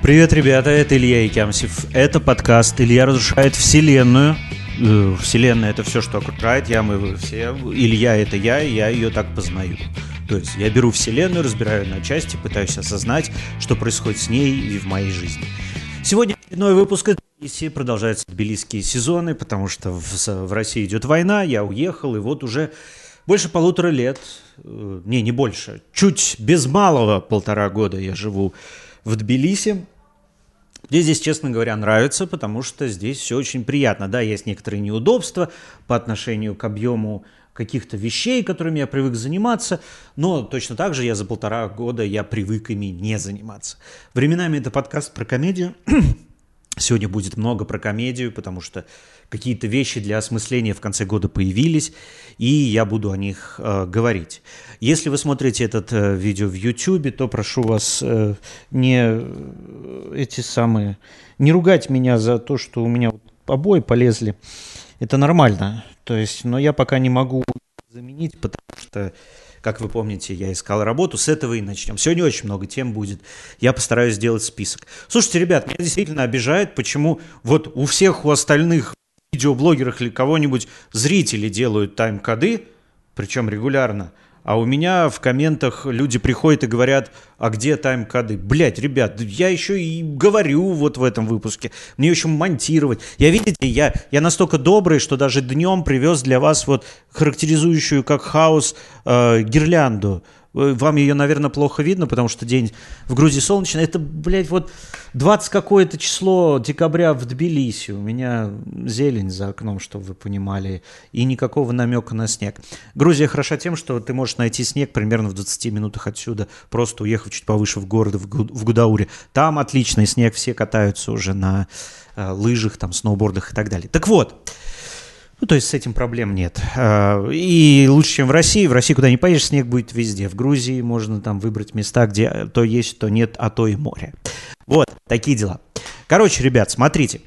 Привет, ребята, это Илья Икямсев. Это подкаст «Илья разрушает вселенную». Вселенная — это все, что окружает. Мы все. Илья — это я, и я ее так познаю. То есть я беру вселенную, разбираю на части, пытаюсь осознать, что происходит с ней и в моей жизни. Сегодня очередной выпуск из Тбилиси. Продолжаются тбилисские сезоны, потому что в России идет война, я уехал, и вот уже больше 1,5 лет, не больше, чуть без малого 1,5 года я живу в Тбилиси. Мне здесь, честно говоря, нравится, потому что здесь все очень приятно. Да, есть некоторые неудобства по отношению к объему каких-то вещей, которыми я привык заниматься, но точно так же за 1,5 года я привык ими не заниматься. Временами это подкаст про комедию. Сегодня будет много про комедию, потому что какие-то вещи для осмысления в конце года появились, и я буду о них говорить. Если вы смотрите это видео в YouTube, то прошу вас не ругать меня за то, что у меня обои полезли. Это нормально. То есть, но я пока не могу заменить, потому что, как вы помните, я искал работу. С этого и начнем. Сегодня очень много тем будет. Я постараюсь сделать список. Слушайте, ребят, меня действительно обижает, почему вот у всех у остальных видеоблогеров или кого-нибудь зрители делают тайм-коды, причем регулярно, а у меня в комментах люди приходят и говорят: а где тайм-коды? Блять, ребят, я еще и говорю вот в этом выпуске. Мне еще монтировать. Я настолько добрый, что даже днем привез для вас вот характеризующую как хаос гирлянду. Вам ее, наверное, плохо видно, потому что день в Грузии солнечный. Это, вот 20 какое-то число декабря в Тбилиси. У меня зелень за окном, чтобы вы понимали, и никакого намека на снег. Грузия хороша тем, что ты можешь найти снег примерно в 20 минутах отсюда, просто уехав чуть повыше в город, в Гудауре. Там отличный снег, все катаются уже на лыжах, там, сноубордах и так далее. Так вот. То есть с этим проблем нет. И лучше, чем в России. В России куда ни поедешь, снег будет везде. В Грузии можно там выбрать места, где то есть, то нет, а то и море. Вот, такие дела. Короче, ребят, смотрите.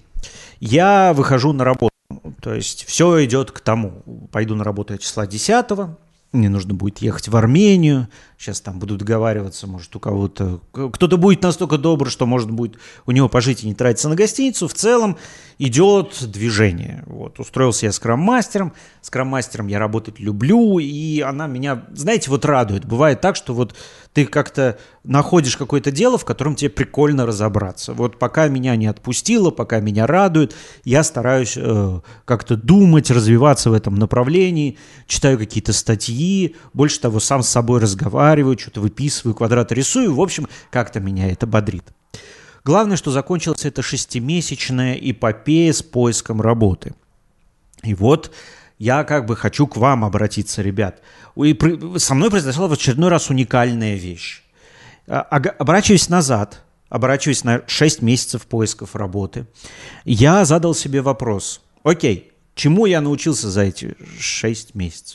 Я выхожу на работу. То есть все идет к тому. Пойду на работу числа 10-го. Мне нужно будет ехать в Армению. Сейчас там буду договариваться, может, у кого-то... Кто-то будет настолько добр, что, может, будет у него пожить и не тратиться на гостиницу. В целом идет движение. Вот. Устроился я скрам-мастером. Скрам-мастером я работать люблю, и она меня, знаете, вот радует. Бывает так, что вот ты как-то находишь какое-то дело, в котором тебе прикольно разобраться. Вот пока меня не отпустило, пока меня радует, я стараюсь как-то думать, развиваться в этом направлении, читаю какие-то статьи, больше того, сам с собой разговариваю, что-то выписываю, квадраты рисую. В общем, как-то меня это бодрит. Главное, что закончилась эта 6-месячная эпопея с поиском работы. И вот я хочу к вам обратиться, ребят. Со мной произошла в очередной раз уникальная вещь. Оборачиваясь назад, оборачиваясь на 6 месяцев поисков работы, я задал себе вопрос. Окей, чему я научился за эти 6 месяцев?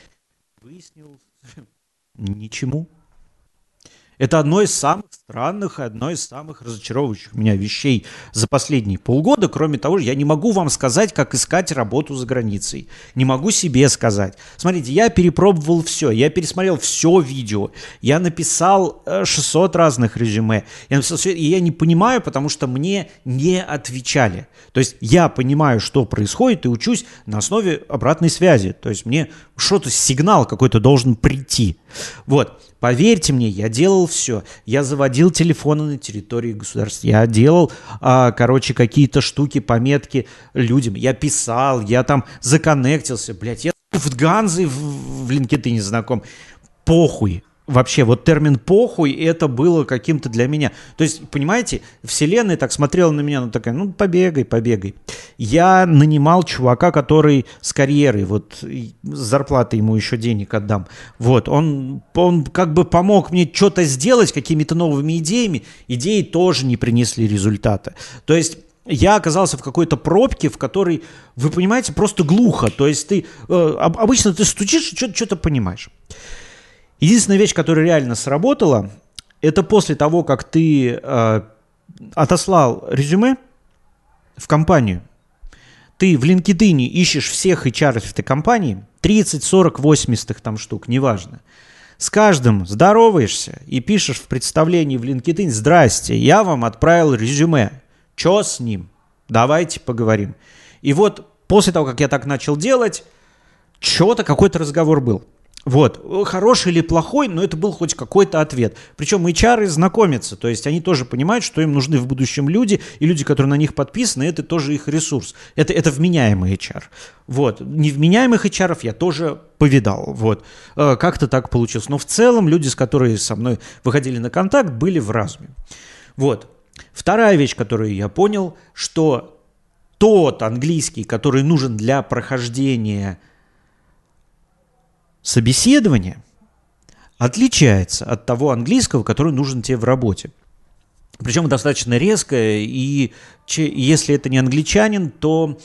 Выяснил ничему. Это одно из самых странных и одно из самых разочаровывающих меня вещей за последние полгода. Кроме того, я не могу вам сказать, как искать работу за границей. Не могу себе сказать. Смотрите, я перепробовал все. Я пересмотрел все видео. Я написал 600 разных резюме. Я написал все, и я не понимаю, потому что мне не отвечали. То есть я понимаю, что происходит, и учусь на основе обратной связи. То есть мне что-то, сигнал какой-то должен прийти. Вот. Поверьте мне, я делал все. Я заводил телефоны на территории государства. Я делал, какие-то штуки, пометки людям. Я писал, я там законнектился. Я в Ганзе в LinkedIn знаком. Похуй. Вообще, вот термин «похуй» это было каким-то для меня. То есть, понимаете, вселенная так смотрела на меня, такая, побегай. Я нанимал чувака, который с карьерой, вот с зарплаты ему еще денег отдам. Вот, он как бы помог мне что-то сделать какими-то новыми идеями. Идеи тоже не принесли результата. То есть я оказался в какой-то пробке, в которой, вы понимаете, просто глухо. То есть обычно ты стучишь, что-то понимаешь. Единственная вещь, которая реально сработала, это после того, как ты отослал резюме в компанию, ты в LinkedIn ищешь всех HR этой компании, 30, 40, 80 там штук, неважно. С каждым здороваешься и пишешь в представлении в LinkedIn: «Здрасте, я вам отправил резюме. Чё с ним? Давайте поговорим». И вот после того, как я так начал делать, что-то, какой-то разговор был. Вот, хороший или плохой, но это был хоть какой-то ответ. Причем HR знакомятся, то есть они тоже понимают, что им нужны в будущем люди, и люди, которые на них подписаны, это тоже их ресурс. Это вменяемый HR. Вот, невменяемых HR я тоже повидал. Вот, как-то так получилось. Но в целом люди, с которыми со мной выходили на контакт, были в разуме. Вот. Вторая вещь, которую я понял, что тот английский, который нужен для прохождения собеседование, отличается от того английского, который нужен тебе в работе. Причем достаточно резко, и если это не англичанин, то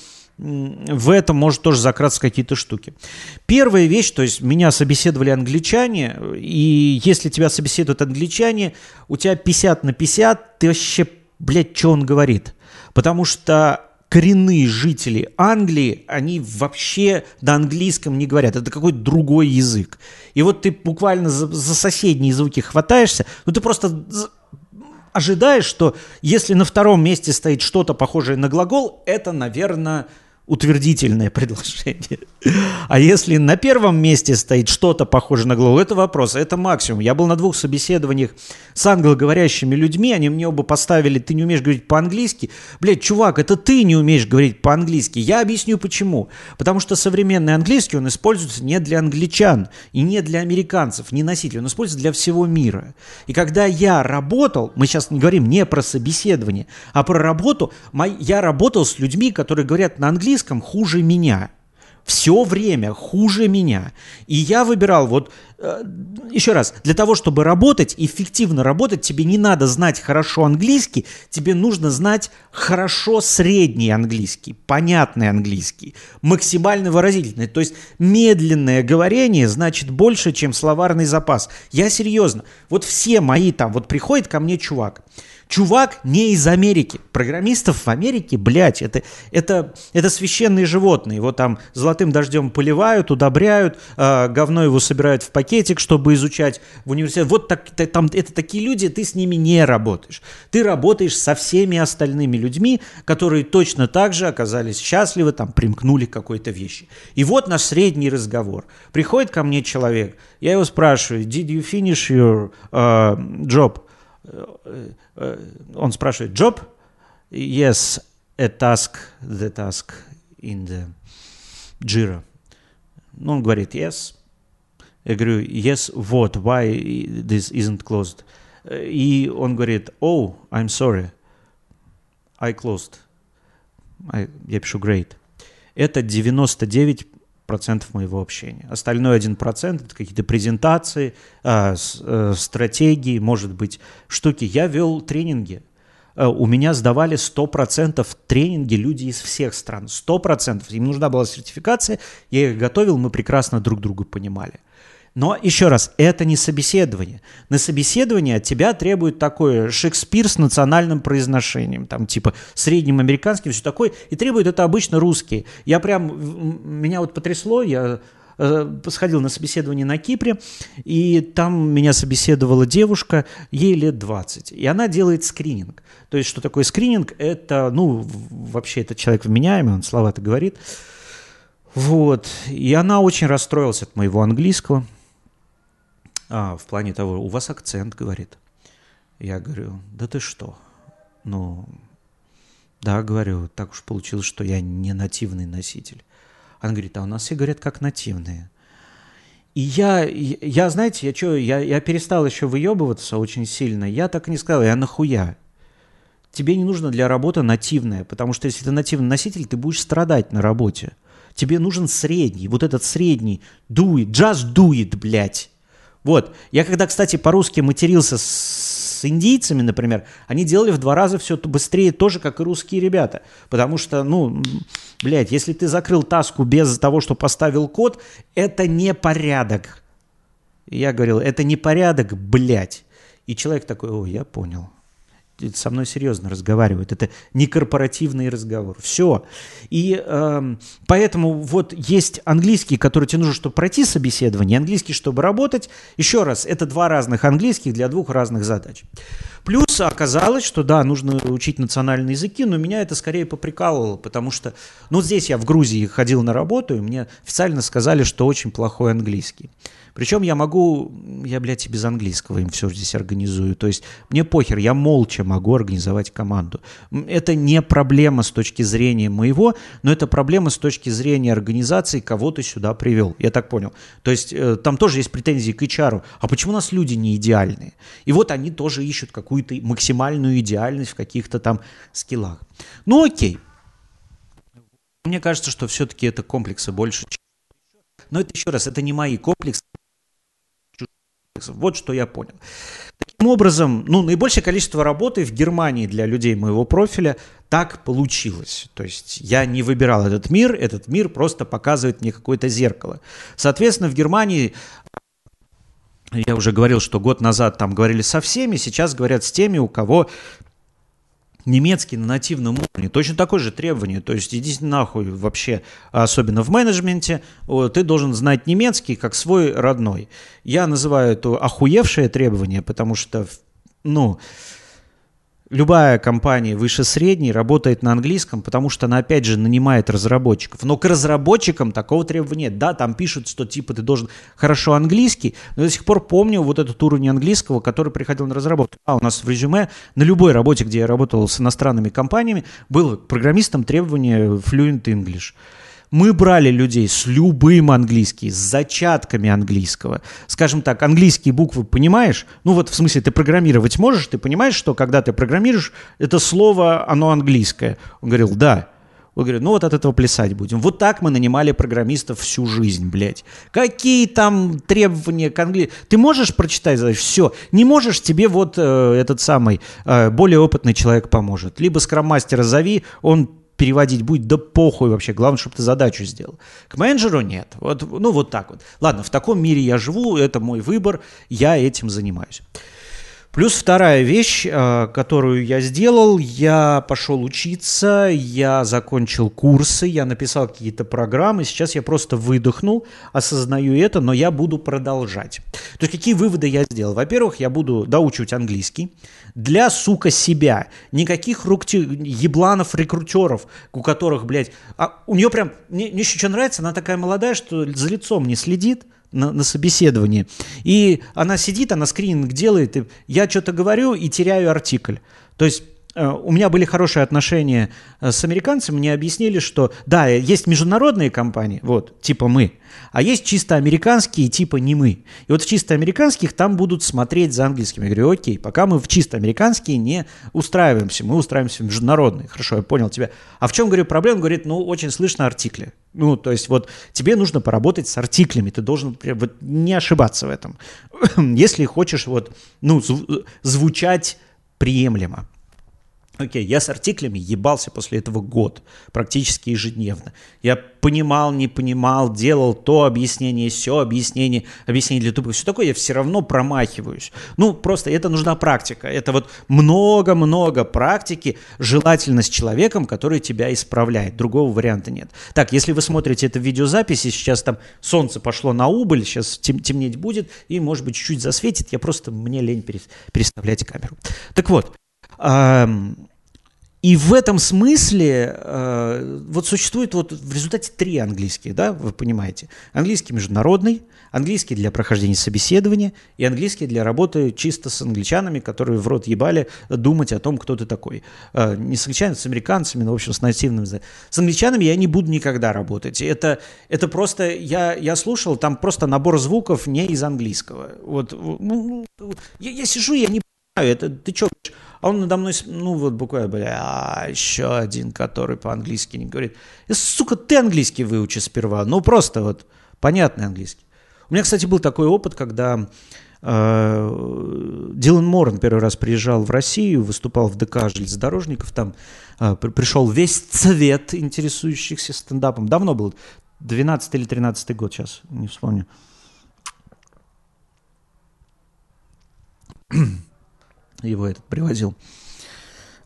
в этом может тоже закраться какие-то штуки. Первая вещь, то есть меня собеседовали англичане, и если тебя собеседуют англичане, у тебя 50 на 50, ты вообще, блядь, что он говорит? Потому что коренные жители Англии, они вообще на английском не говорят. Это какой-то другой язык. И вот ты буквально за соседние звуки хватаешься, ну ты просто ожидаешь, что если на втором месте стоит что-то похожее на глагол, это, наверное, утвердительное предложение. А если на первом месте стоит что-то похожее на глагол, это вопрос, это максимум. Я был на 2 собеседованиях с англоговорящими людьми, они мне оба поставили: ты не умеешь говорить по-английски. Блядь, чувак, это ты не умеешь говорить по-английски. Я объясню почему. Потому что современный английский, он используется не для англичан и не для американцев, не носителей, он используется для всего мира. И когда я работал, мы сейчас не говорим не про собеседование, а про работу, я работал с людьми, которые говорят на английском хуже меня. Все время хуже меня. И я выбирал, еще раз, для того, чтобы работать, эффективно работать, тебе не надо знать хорошо английский, тебе нужно знать хорошо средний английский, понятный английский, максимально выразительный. То есть медленное говорение значит больше, чем словарный запас. Я серьезно. Вот все мои там, вот приходит ко мне чувак не из Америки. Программистов в Америке, блядь, это священные животные. Его там золотым дождем поливают, удобряют, говно его собирают в пакетик, чтобы изучать в университете. Вот это такие люди, ты с ними не работаешь. Ты работаешь со всеми остальными людьми, которые точно так же оказались счастливы, там, примкнули к какой-то вещи. И вот наш средний разговор. Приходит ко мне человек, я его спрашиваю: did you finish your job? Он спрашивает: job? Yes, the task in the Jira. Ну, он говорит: yes. Я говорю: yes, what? Why this isn't closed? И он говорит: oh, I'm sorry, I closed. Я пишу great. Это 99% моего общения. Остальное 1% это какие-то презентации, стратегии, может быть, штуки. Я вел тренинги. У меня сдавали 100% тренинги люди из всех стран. 100%. Им нужна была сертификация, я их готовил, мы прекрасно друг друга понимали. Но, еще раз, это не собеседование. На собеседование от тебя требует такое Шекспир с национальным произношением, там типа средним американским, все такое, и требует это обычно русские. Меня вот потрясло, я сходил на собеседование на Кипре, и там меня собеседовала девушка, ей лет 20, и она делает скрининг. То есть, что такое скрининг? Это, вообще, это человек вменяемый, он слова-то говорит. Вот, и она очень расстроилась от моего английского. В плане того: у вас акцент, говорит. Я говорю: да ты что? Да, говорю, так уж получилось, что я не нативный носитель. Она говорит: а у нас все говорят как нативные. И я знаете, я перестал еще выебываться очень сильно. Я так и не сказал: я нахуя? Тебе не нужно для работы нативная, потому что если ты нативный носитель, ты будешь страдать на работе. Тебе нужен средний, вот этот средний, do it, just do it, блядь. Вот, я когда, кстати, по-русски матерился с индийцами, например, они делали в 2 раза все быстрее тоже, как и русские ребята. Потому что, блядь, если ты закрыл таску без того, что поставил код, это не порядок. И я говорил: это не порядок, блядь. И человек такой: о, я понял. со мной серьезно разговаривают. Это не корпоративный разговор. Все. И поэтому вот есть английский, который тебе нужен, чтобы пройти собеседование, и английский, чтобы работать. Еще раз, это два разных английских для двух разных задач. Плюс оказалось, что да, нужно учить национальные языки, но меня это скорее поприкалывало, потому что, ну, здесь я в Грузии ходил на работу, и мне официально сказали, что очень плохой английский. Причем я, блядь, и без английского им все здесь организую. То есть мне похер, я молча могу организовать команду. Это не проблема с точки зрения моего, но это проблема с точки зрения организации, кого ты сюда привел. Я так понял. То есть там тоже есть претензии к HR. А почему у нас люди не идеальные? И вот они тоже ищут какую-то максимальную идеальность в каких-то там скиллах. Ну окей. Мне кажется, что все-таки это комплексы больше. Но это еще раз, это не мои комплексы. Вот что я понял. Таким образом, наибольшее количество работы в Германии для людей моего профиля так получилось. То есть я не выбирал этот мир просто показывает мне какое-то зеркало. Соответственно, в Германии, я уже говорил, что год назад там говорили со всеми, сейчас говорят с теми, у кого немецкий на нативном уровне. Точно такое же требование. То есть иди нахуй вообще, особенно в менеджменте, ты должен знать немецкий как свой родной. Я называю это охуевшее требование, потому что, любая компания выше средней работает на английском, потому что она, опять же, нанимает разработчиков. Но к разработчикам такого требования нет. Да, там пишут, что типа ты должен хорошо английский, но я до сих пор помню вот этот уровень английского, который приходил на разработку. У нас в резюме на любой работе, где я работал с иностранными компаниями, было программистам требование Fluent English. Мы брали людей с любым английским, с зачатками английского. Скажем так, английские буквы понимаешь? В смысле, ты программировать можешь? Ты понимаешь, что когда ты программируешь, это слово, оно английское? Он говорил, да. Он говорит, от этого плясать будем. Вот так мы нанимали программистов всю жизнь, блядь. Какие там требования к английскому? Ты можешь прочитать? Все. Не можешь, тебе этот самый более опытный человек поможет. Либо скрам-мастера зови, он переводить будет, да похуй вообще, главное, чтобы ты задачу сделал. К менеджеру нет. Вот так вот. Ладно, в таком мире я живу, это мой выбор, я этим занимаюсь. Плюс вторая вещь, которую я сделал, я пошел учиться, я закончил курсы, я написал какие-то программы, сейчас я просто выдохнул, осознаю это, но я буду продолжать. То есть какие выводы я сделал? Во-первых, я буду доучивать английский для, сука, себя. Никаких ебланов-рекрутеров, у которых, блядь, у нее прям, мне еще что нравится, она такая молодая, что за лицом не следит, на собеседовании. И она сидит, она скрининг делает, и я что-то говорю и теряю артикль. То есть у меня были хорошие отношения с американцами, мне объяснили, что да, есть международные компании, типа мы, а есть чисто американские, типа не мы. И в чисто американских там будут смотреть за английским. Я говорю, окей, пока мы в чисто американские не устраиваемся, мы устраиваемся в международные. Хорошо, я понял тебя. А в чем, говорю, проблема? Говорит, очень слышно артикли. То есть тебе нужно поработать с артиклями, ты должен не ошибаться в этом, если хочешь звучать приемлемо. Окей, я с артиклями ебался после этого год, практически ежедневно. Я понимал, не понимал, делал то объяснение, сё объяснение для тупых. Все такое, я все равно промахиваюсь. Просто это нужна практика. Это много-много практики, желательно с человеком, который тебя исправляет. Другого варианта нет. Так, если вы смотрите это в видеозаписи, сейчас там солнце пошло на убыль, сейчас темнеть будет, и, может быть, чуть-чуть засветит. Мне лень переставлять камеру. Так вот, и в этом смысле существует в результате 3 английских, да, вы понимаете. Английский международный, английский для прохождения собеседования и английский для работы чисто с англичанами, которые в рот ебали думать о том, кто ты такой. Не с англичанами, с американцами, но, в общем, с нативными. С англичанами я не буду никогда работать. Это просто, я слушал, там просто набор звуков не из английского. Я сижу, я не понимаю, это ты что? А он надо мной, буквально, еще один, который по-английски не говорит. Сука, ты английский выучи сперва. Просто понятный английский. У меня, кстати, был такой опыт, когда Дилан Моран первый раз приезжал в Россию, выступал в ДК железнодорожников, там пришел весь цвет интересующихся стендапом. Давно был, 12 или 13 год, сейчас не вспомню. Его привозил.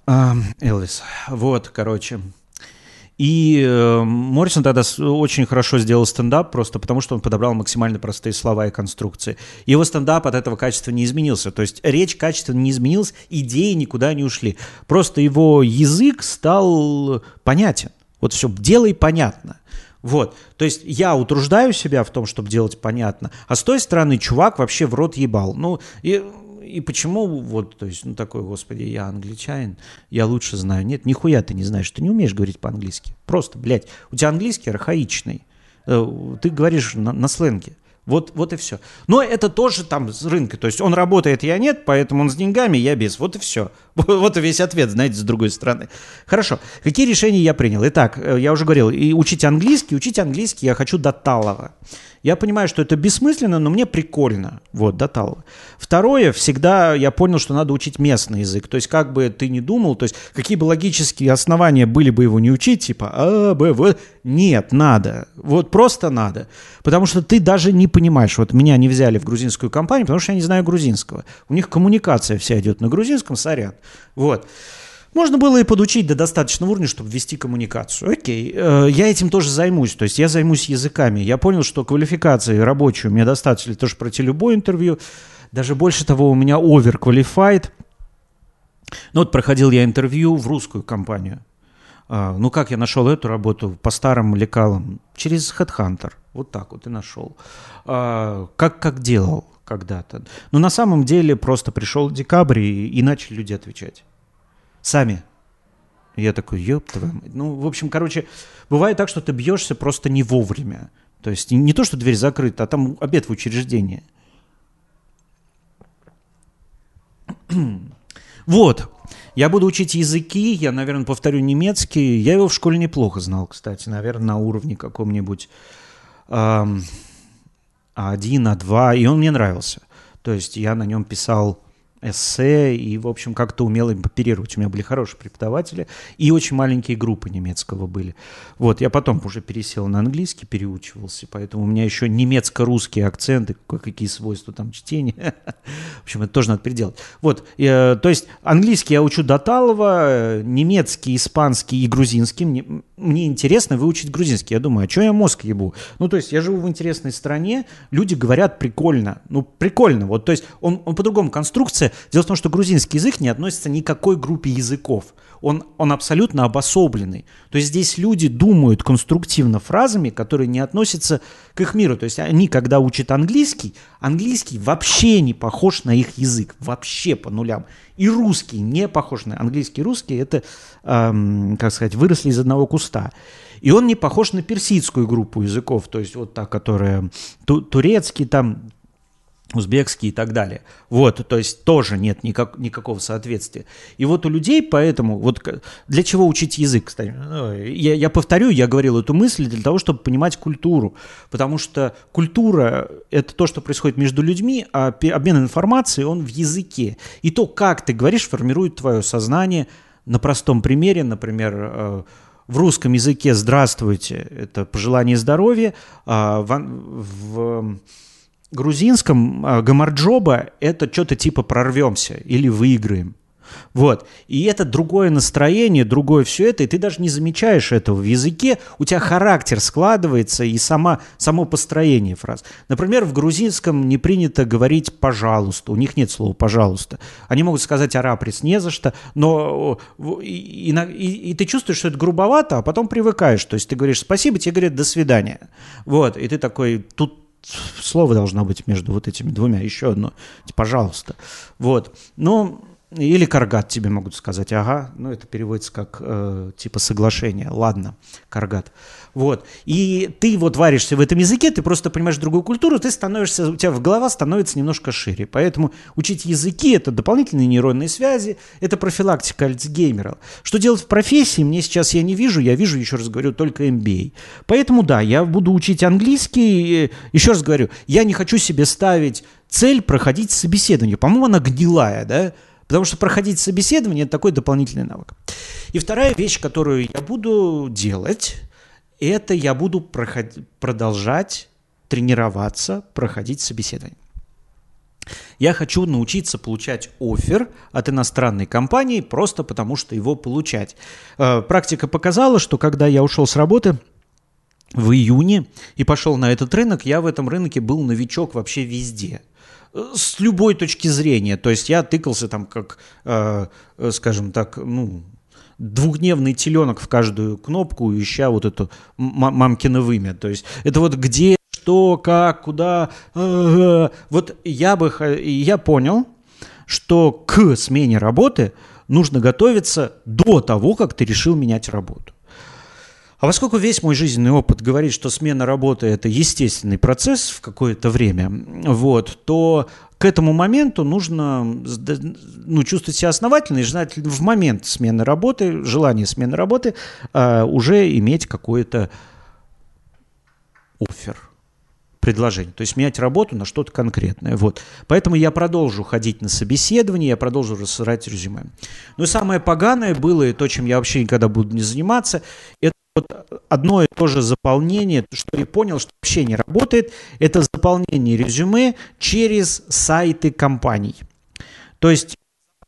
Элвис. Вот, короче. И Моррисон тогда очень хорошо сделал стендап, просто потому что он подобрал максимально простые слова и конструкции. Его стендап от этого качества не изменился. То есть речь качественно не изменилась, идеи никуда не ушли. Просто его язык стал понятен. Вот все, делай понятно. Вот, то есть я утруждаю себя в том, чтобы делать понятно, а с той стороны чувак вообще в рот ебал. Ну, и почему вот, то есть, ну такой, господи, я англичанин, я лучше знаю. Нет, нихуя ты не знаешь, ты не умеешь говорить по-английски. Просто, блядь, у тебя английский архаичный, ты говоришь на сленге. Вот и все. Но это тоже там с рынка. То есть он работает, я нет, поэтому он с деньгами, я без. Вот и все. Вот и весь ответ, знаете, с другой стороны. Хорошо. Какие решения я принял? Итак, я уже говорил, и учить английский я хочу до талого. Я понимаю, что это бессмысленно, но мне прикольно. Вот, до талого. Второе, всегда я понял, что надо учить местный язык. То есть как бы ты ни думал, то есть какие бы логические основания были бы его не учить, типа А, Б, В. Нет, надо. Вот просто надо. Потому что ты даже не понимаешь. Вот меня не взяли в грузинскую компанию, потому что я не знаю грузинского. У них коммуникация вся идет на грузинском, сорян. Вот. Можно было и подучить до достаточного уровня, чтобы вести коммуникацию. Окей, я этим тоже займусь. То есть я займусь языками. Я понял, что квалификации рабочей у меня достаточно для того, чтобы пройти любое интервью. Даже больше того, у меня overqualified. Ну вот проходил я интервью в русскую компанию. Ну как я нашел эту работу? По старым лекалам. Через HeadHunter. Вот так вот и нашел. Как делал когда-то. Но на самом деле просто пришел декабрь и начали люди отвечать. Сами. Я такой, ёб твою мать. Ну, в общем, короче, бывает так, что ты бьешься просто не вовремя. То есть не то, что дверь закрыта, а там обед в учреждении. Вот. Я буду учить языки, я, наверное, повторю немецкий. Я его в школе неплохо знал, кстати. Наверное, на уровне каком-нибудь А1, А2. И он мне нравился. То есть я на нем писал эссе и, в общем, как-то умел им оперировать. У меня были хорошие преподаватели и очень маленькие группы немецкого были. Вот, я потом уже пересел на английский, переучивался, поэтому у меня еще немецко-русские акценты, какие свойства там чтения. В общем, это тоже надо переделать. Вот, то есть английский я учу до талого, немецкий, испанский и грузинский. Мне интересно выучить грузинский. Я думаю, а что я мозг ебу? Ну, то есть я живу в интересной стране, люди говорят прикольно. Ну, прикольно. Вот, то есть он по-другому конструкция. Дело в том, что грузинский язык не относится ни к какой группе языков. Он абсолютно обособленный. То есть здесь люди думают конструктивно фразами, которые не относятся к их миру. То есть они, когда учат английский вообще не похож на их язык. Вообще по нулям. И русский не похож на английский. Русский это, как сказать, выросли из одного куста. И он не похож на персидскую группу языков. То есть вот та, которая турецкий там, узбекский и так далее. Вот, то есть тоже нет никакого соответствия. И вот у людей поэтому, вот для чего учить язык, кстати? Я повторю, я говорил эту мысль для того, чтобы понимать культуру. Потому что культура – это то, что происходит между людьми, а обмен информацией, он в языке. И то, как ты говоришь, формирует твое сознание. На простом примере, например, в русском языке «здравствуйте» – это пожелание здоровья, в грузинском гамарджоба – это что-то типа «прорвемся» или «выиграем». Вот. И это другое настроение, другое все это, и ты даже не замечаешь этого в языке, у тебя характер складывается и само построение фраз. Например, в грузинском не принято говорить «пожалуйста», у них нет слова «пожалуйста». Они могут сказать «араприс» не за что, но и ты чувствуешь, что это грубовато, а потом привыкаешь. То есть ты говоришь «спасибо», тебе говорят «до свидания». Вот. И ты такой «тут слово должно быть между вот этими двумя, еще одно, пожалуйста». Вот. Ну, или каргат тебе могут сказать, ага, ну это переводится как типа соглашение, ладно, каргат. Вот. И ты вот варишься в этом языке, ты просто понимаешь другую культуру, ты становишься, у тебя голова становится немножко шире. Поэтому учить языки – это дополнительные нейронные связи, это профилактика Альцгеймера. Что делать в профессии, мне сейчас я вижу, еще раз говорю, только MBA. Поэтому да, я буду учить английский, еще раз говорю, я не хочу себе ставить цель проходить собеседование. По-моему, она гнилая, да? Потому что проходить собеседование – это такой дополнительный навык. И вторая вещь, которую я буду делать, это я буду продолжать тренироваться, проходить собеседование. Я хочу научиться получать оффер от иностранной компании просто потому, что его получать. Практика показала, что когда я ушел с работы в июне и пошел на этот рынок, я в этом рынке был новичок вообще везде. С любой точки зрения. То есть я тыкался там как, скажем так, двухдневный теленок в каждую кнопку, ища вот эту мамкино вымя. То есть это вот где, что, как, куда. Вот я понял, что к смене работы нужно готовиться до того, как ты решил менять работу. А поскольку весь мой жизненный опыт говорит, что смена работы – это естественный процесс в какое-то время, то к этому моменту нужно чувствовать себя основательно и желательно в момент смены работы, желание смены работы, уже иметь какой-то оффер, предложение. То есть менять работу на что-то конкретное. Поэтому я продолжу ходить на собеседование, я продолжу рассылать резюме. Но и самое поганое было, и то, чем я вообще никогда буду не заниматься, это одно и то же заполнение, что я понял, что вообще не работает, это заполнение резюме через сайты компаний. То есть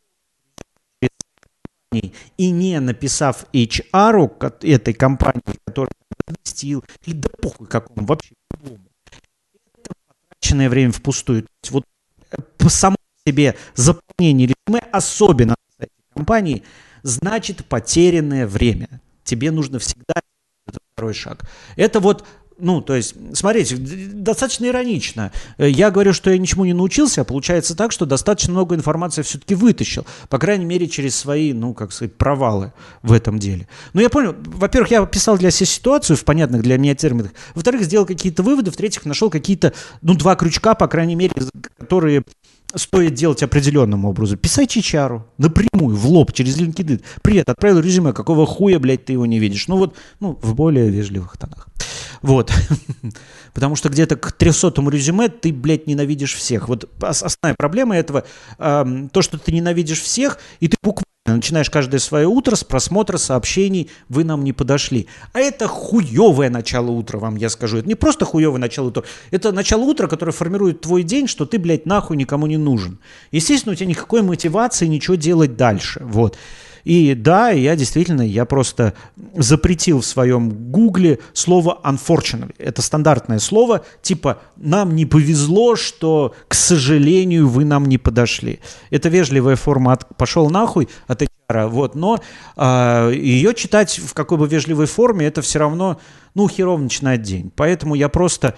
и не написав HR этой компании, которая разместил, или да похуй какому, вообще любому, это потраченное время впустую. Вот по самому себе заполнение резюме, особенно на сайте компании, значит потерянное время. Тебе нужно всегда делать второй шаг. Это то есть, смотрите, достаточно иронично. Я говорю, что я ничему не научился, а получается так, что достаточно много информации все-таки вытащил. По крайней мере, через свои, провалы в этом деле. Но я понял, во-первых, я описал для себя ситуацию в понятных для меня терминах. Во-вторых, сделал какие-то выводы. В-третьих, нашел какие-то, 2 крючка, по крайней мере, которые стоит делать определенным образом. Писать HR напрямую, в лоб, через LinkedIn. Привет, отправил резюме, какого хуя, блядь, ты его не видишь? В более вежливых тонах. Потому что где-то к 300-му резюме ты, блядь, ненавидишь всех. Основная проблема этого, то, что ты ненавидишь всех, и ты буквально начинаешь каждое свое утро с просмотра сообщений «Вы нам не подошли». А это хуевое начало утра, вам я скажу. Это не просто хуевое начало утра, это начало утра, которое формирует твой день, что ты, блядь, нахуй никому не нужен. Естественно, у тебя никакой мотивации ничего делать дальше. И да, я просто запретил в своем гугле слово unfortunately. Это стандартное слово, типа «нам не повезло, что, к сожалению, вы нам не подошли». Это вежливая форма «пошел нахуй» от HR, но ее читать в какой бы вежливой форме, это все равно, херово начинает день. Поэтому я просто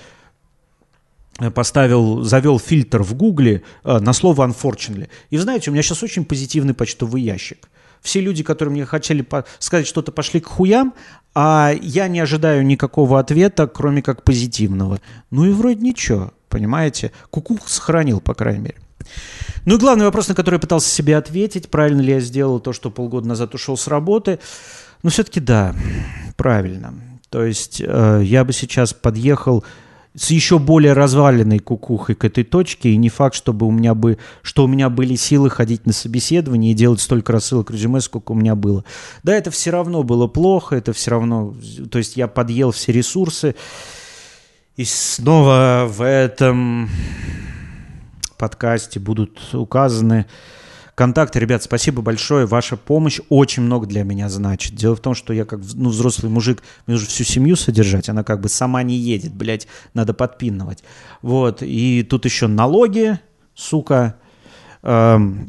завел фильтр в гугле на слово unfortunately. И знаете, у меня сейчас очень позитивный почтовый ящик. Все люди, которые мне хотели сказать что-то, пошли к хуям, а я не ожидаю никакого ответа, кроме как позитивного. И вроде ничего, понимаете? Кукух сохранил, по крайней мере. И главный вопрос, на который я пытался себе ответить, правильно ли я сделал то, что полгода назад ушел с работы, все-таки да, правильно. То есть я бы сейчас подъехал с еще более разваленной кукухой к этой точке, и не факт, что у меня были силы ходить на собеседование и делать столько рассылок резюме, сколько у меня было. Да, это все равно было плохо, это все равно, то есть я подъел все ресурсы, и снова в этом подкасте будут указаны контакты. Ребят, спасибо большое, ваша помощь очень много для меня значит. Дело в том, что я как взрослый мужик, мне нужно всю семью содержать, она как бы сама не едет, блядь, надо подпинывать. И тут еще налоги, сука, в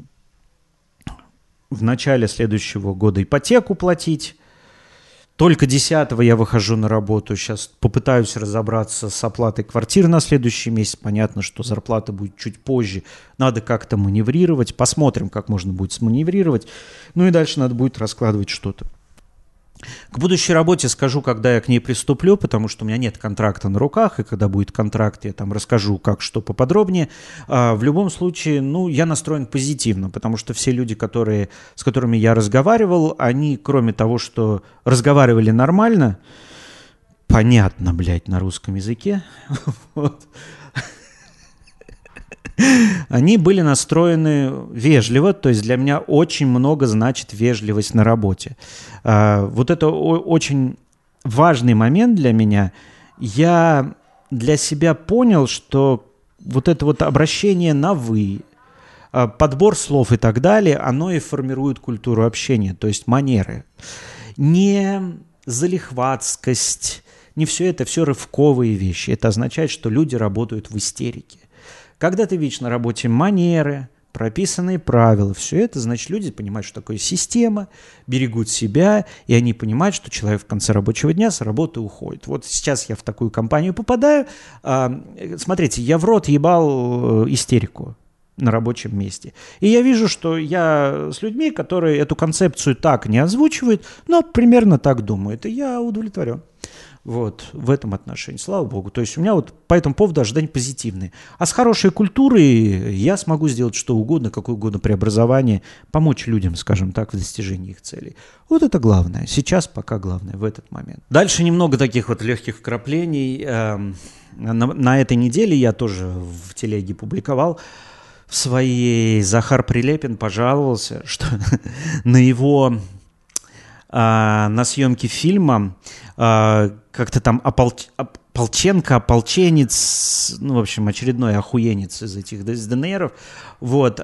начале следующего года ипотеку платить. Только 10-го я выхожу на работу. Сейчас попытаюсь разобраться с оплатой квартиры на следующий месяц. Понятно, что зарплата будет чуть позже. Надо как-то маневрировать. Посмотрим, как можно будет сманеврировать. И дальше надо будет раскладывать что-то. К будущей работе скажу, когда я к ней приступлю, потому что у меня нет контракта на руках, и когда будет контракт, я там расскажу, как, что поподробнее. В любом случае, я настроен позитивно, потому что все люди, с которыми я разговаривал, они, кроме того, что разговаривали нормально, понятно, блядь, на русском языке, они были настроены вежливо, то есть для меня очень много значит вежливость на работе. Это очень важный момент для меня. Я для себя понял, что это обращение на «вы», подбор слов и так далее, оно и формирует культуру общения, то есть манеры. Не залихватскость, не все это, все рывковые вещи. Это означает, что люди работают в истерике. Когда ты видишь на работе манеры, прописанные правила, все это, значит, люди понимают, что такое система, берегут себя, и они понимают, что человек в конце рабочего дня с работы уходит. Вот сейчас я в такую компанию попадаю. Смотрите, я в рот ебал истерику на рабочем месте. И я вижу, что я с людьми, которые эту концепцию так не озвучивают, но примерно так думают. И я удовлетворен. Вот, в этом отношении, слава богу. То есть у меня вот по этому поводу ожидания позитивные. А с хорошей культурой я смогу сделать что угодно, какое угодно преобразование, помочь людям, скажем так, в достижении их целей. Вот это главное. Сейчас пока главное в этот момент. Дальше немного таких вот легких вкраплений. На этой неделе я тоже в телеге публиковал в своей. Захар Прилепин пожаловался, что на его... на съемке фильма как-то там ополченко, ополченец, ну, в общем, очередной охуенец из этих ДНРов, вот,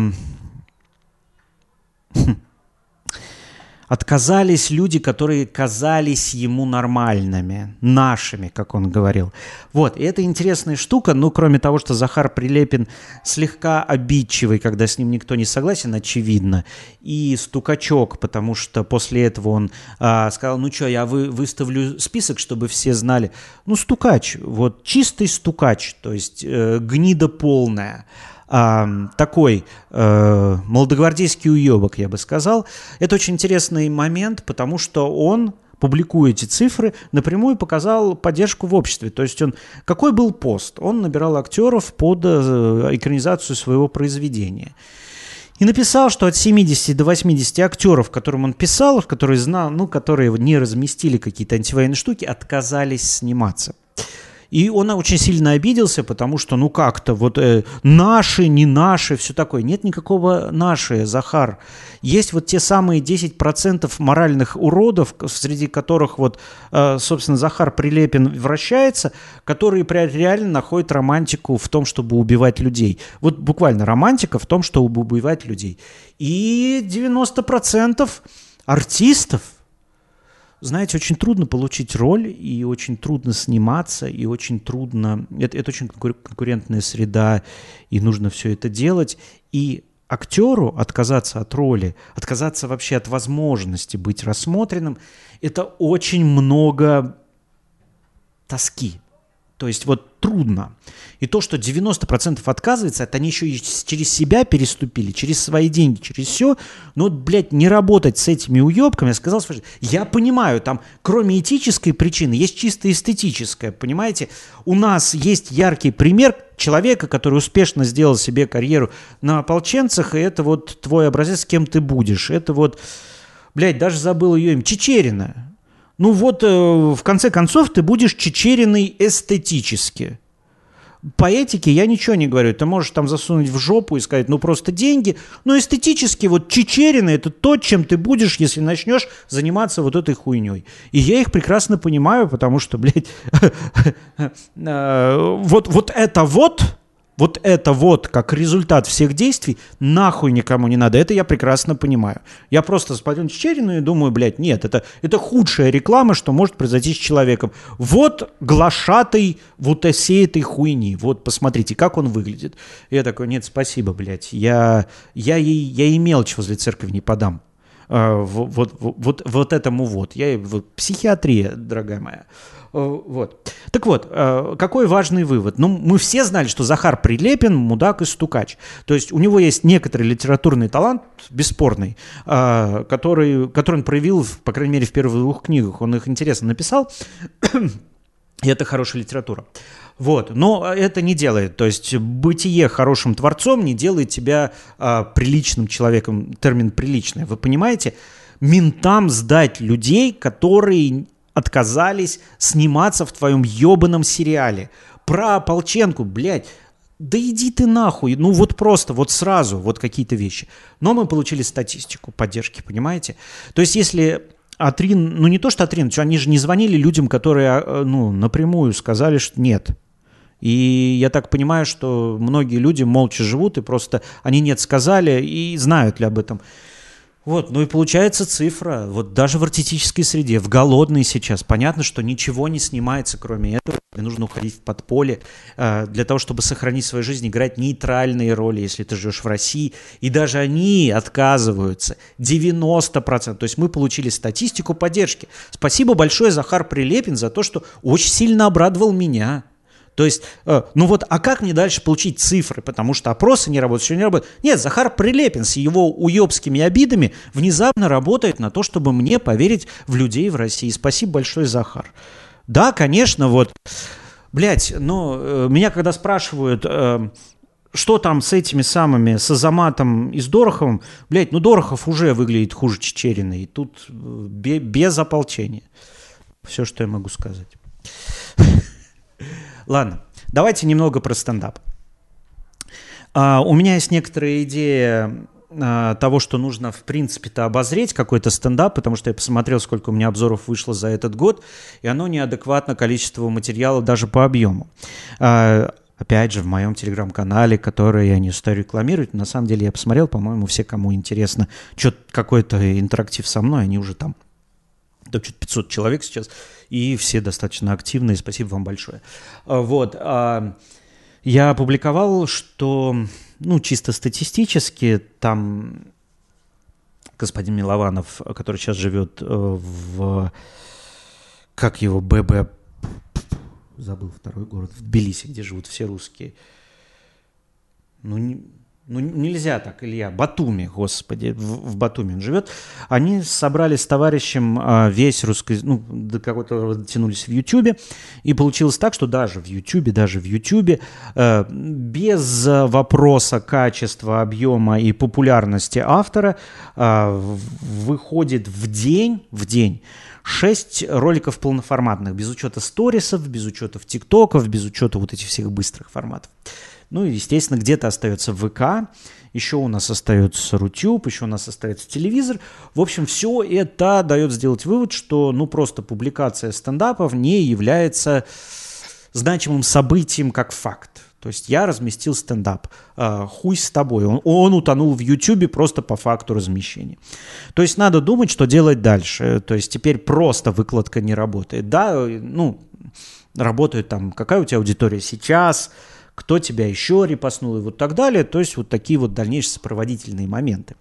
отказались люди, которые казались ему нормальными, нашими, как он говорил. Вот, и это интересная штука, ну, кроме того, что Захар Прилепин слегка обидчивый, когда с ним никто не согласен, очевидно, и стукачок, потому что после этого он сказал, ну что, я выставлю список, чтобы все знали. Ну, стукач, вот, чистый стукач, то есть гнида полная. Такой молодогвардейский уебок, я бы сказал. Это очень интересный момент, потому что он, публикуя эти цифры, напрямую показал поддержку в обществе. То есть он, какой был пост? Он набирал актеров под экранизацию своего произведения. И написал, что от 70 до 80 актеров, которым он писал, которые знал, ну, которые не разместили какие-то антивоенные штуки, отказались сниматься. И он очень сильно обиделся, потому что, ну как-то, вот наши, не наши, все такое. Нет никакого наши, Захар. Есть вот те самые 10% моральных уродов, среди которых вот, собственно, Захар Прилепин вращается, которые реально находят романтику в том, чтобы убивать людей. Вот буквально романтика в том, чтобы убивать людей. И 90% артистов, знаете, очень трудно получить роль, и очень трудно сниматься, и очень трудно... Это очень конкурентная среда, и нужно все это делать. И актеру отказаться от роли, отказаться вообще от возможности быть рассмотренным, это очень много тоски. То есть вот трудно. И то, что 90% отказывается, это они еще и через себя переступили, через свои деньги, через все. Но вот, блядь, не работать с этими уебками, я сказал, я понимаю, там, кроме этической причины, есть чисто эстетическая, понимаете? У нас есть яркий пример человека, который успешно сделал себе карьеру на ополченцах, и это вот твой образец, с кем ты будешь. Это вот, блядь, даже забыл ее имя, Чичерина. Ну вот, в конце концов, ты будешь Чичериной эстетически. По этике я ничего не говорю. Ты можешь там засунуть в жопу и сказать, ну просто деньги. Но эстетически вот Чичерина – это то, чем ты будешь, если начнешь заниматься вот этой хуйней. И я их прекрасно понимаю, потому что, блядь, вот это вот, как результат всех действий, нахуй никому не надо. Это я прекрасно понимаю. Я просто смотрю на Чичерину и думаю, блядь, нет, это худшая реклама, что может произойти с человеком. Вот глашатый вот всей этой хуйни. Вот посмотрите, как он выглядит. И я такой, нет, спасибо, блядь. Я ей мелочь возле церкви не подам. Вот этому вот. Психиатрия, дорогая моя. Вот. Так вот, какой важный вывод? Ну, мы все знали, что Захар Прилепин мудак и стукач. То есть у него есть некоторый литературный талант, бесспорный, который он проявил, по крайней мере, в первых 2 книгах. Он их интересно написал, и это хорошая литература. Вот. Но это не делает. То есть бытие хорошим творцом не делает тебя приличным человеком. Термин «приличный». Вы понимаете? Ментам сдать людей, которые отказались сниматься в твоем ебаном сериале. Про ополченку, блядь, да иди ты нахуй. Ну вот просто, вот сразу, вот какие-то вещи. Но мы получили статистику поддержки, понимаете? То есть если Атрин, ну не то что Атрин, они же не звонили людям, которые, ну, напрямую сказали, что нет. И я так понимаю, что многие люди молча живут, и просто они нет сказали и знают ли об этом. Вот, ну и получается цифра, вот даже в артистической среде, в голодной сейчас, понятно, что ничего не снимается, кроме этого, тебе нужно уходить в подполье для того, чтобы сохранить свою жизнь, играть нейтральные роли, если ты живешь в России, и даже они отказываются, 90%, то есть мы получили статистику поддержки. Спасибо большое, Захар Прилепин, за то, что очень сильно обрадовал меня. То есть, ну вот, а как мне дальше получить цифры? Потому что опросы не работают, все не работает. Нет, Захар Прилепин с его уебскими обидами внезапно работает на то, чтобы мне поверить в людей в России. Спасибо большое, Захар. Да, конечно, вот, блядь, но меня когда спрашивают, что там с этими самыми, с Азаматом и с Дороховым, блядь, ну Дорохов уже выглядит хуже Чичерина, и тут без ополчения. Все, что я могу сказать. Ладно, давайте немного про стендап. У меня есть некоторая идея того, что нужно, в принципе-то, обозреть какой-то стендап, потому что я посмотрел, сколько у меня обзоров вышло за этот год, и оно неадекватно количеству материала даже по объему. Опять же, в моем телеграм-канале, который я не стою рекламировать, на самом деле я посмотрел, по-моему, все, кому интересно, что-то какой-то интерактив со мной, они уже там, да, что-то 500 человек сейчас, и все достаточно активные, спасибо вам большое. Вот, я опубликовал, что, ну, чисто статистически, там господин Милованов, который сейчас живет в, как его, ББ, забыл второй город, в Тбилиси, где живут все русские. Ну, нельзя так, Илья. Батуми, господи, в Батуми он живет. Они собрали с товарищем весь русский, ну, до какого-то дотянулись в Ютубе, и получилось так, что даже в Ютубе, без вопроса качества, объема и популярности автора выходит в день 6 роликов полноформатных, без учета сторисов, без учета тиктоков, без учета вот этих всех быстрых форматов. Ну, и, естественно, где-то остается ВК, еще у нас остается Рутюб, еще у нас остается телевизор. В общем, все это дает сделать вывод, что, ну, просто публикация стендапов не является значимым событием как факт. То есть я разместил стендап, хуй с тобой, он утонул в Ютубе просто по факту размещения. То есть надо думать, что делать дальше. То есть теперь просто выкладка не работает. Да, ну, работает там, какая у тебя аудитория сейчас, кто тебя еще репостнул и вот так далее. То есть вот такие вот дальнейшие сопроводительные моменты.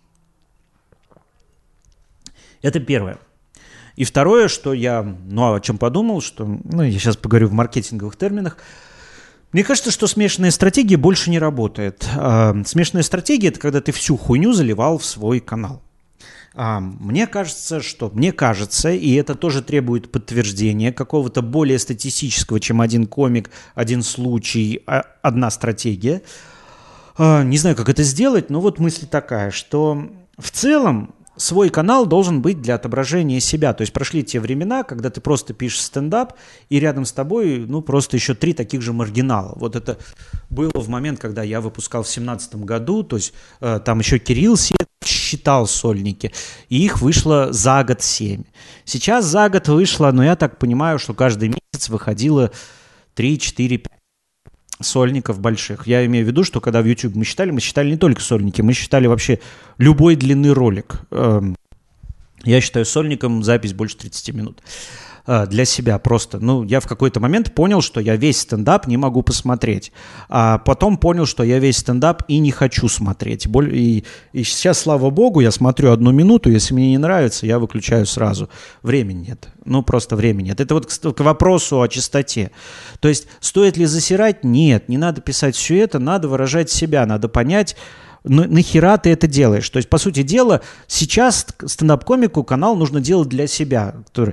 Это первое. И второе, что я, ну, о чем подумал, что, ну, я сейчас поговорю в маркетинговых терминах. Мне кажется, что смешанная стратегия больше не работает. Смешанная стратегия – это когда ты всю хуйню заливал в свой канал. Мне кажется, и это тоже требует подтверждения какого-то более статистического, чем один комик, один случай, одна стратегия. Не знаю, как это сделать, но вот мысль такая, что в целом свой канал должен быть для отображения себя. То есть прошли те времена, когда ты просто пишешь стендап, и рядом с тобой, ну, просто еще 3 таких же маргинала. Вот это было в момент, когда я выпускал в 2017 году, то есть там еще Кирилл считал сольники, и их вышло за год 7. Сейчас за год вышло, но я так понимаю, что каждый месяц выходило 3, 4, 5 сольников больших. Я имею в виду, что когда в YouTube мы считали не только сольники, мы считали вообще любой длины ролик. Я считаю сольником запись больше 30 минут. Для себя просто. Ну, я в какой-то момент понял, что я весь стендап не могу посмотреть. А потом понял, что я весь стендап и не хочу смотреть. И сейчас, слава богу, я смотрю 1 минуту, если мне не нравится, я выключаю сразу. Времени нет. Ну, просто времени нет. Это вот к вопросу о чистоте. То есть, стоит ли засирать? Нет. Не надо писать все это, надо выражать себя, надо понять, нахера ты это делаешь? То есть, по сути дела, сейчас стендап-комику канал нужно делать для себя.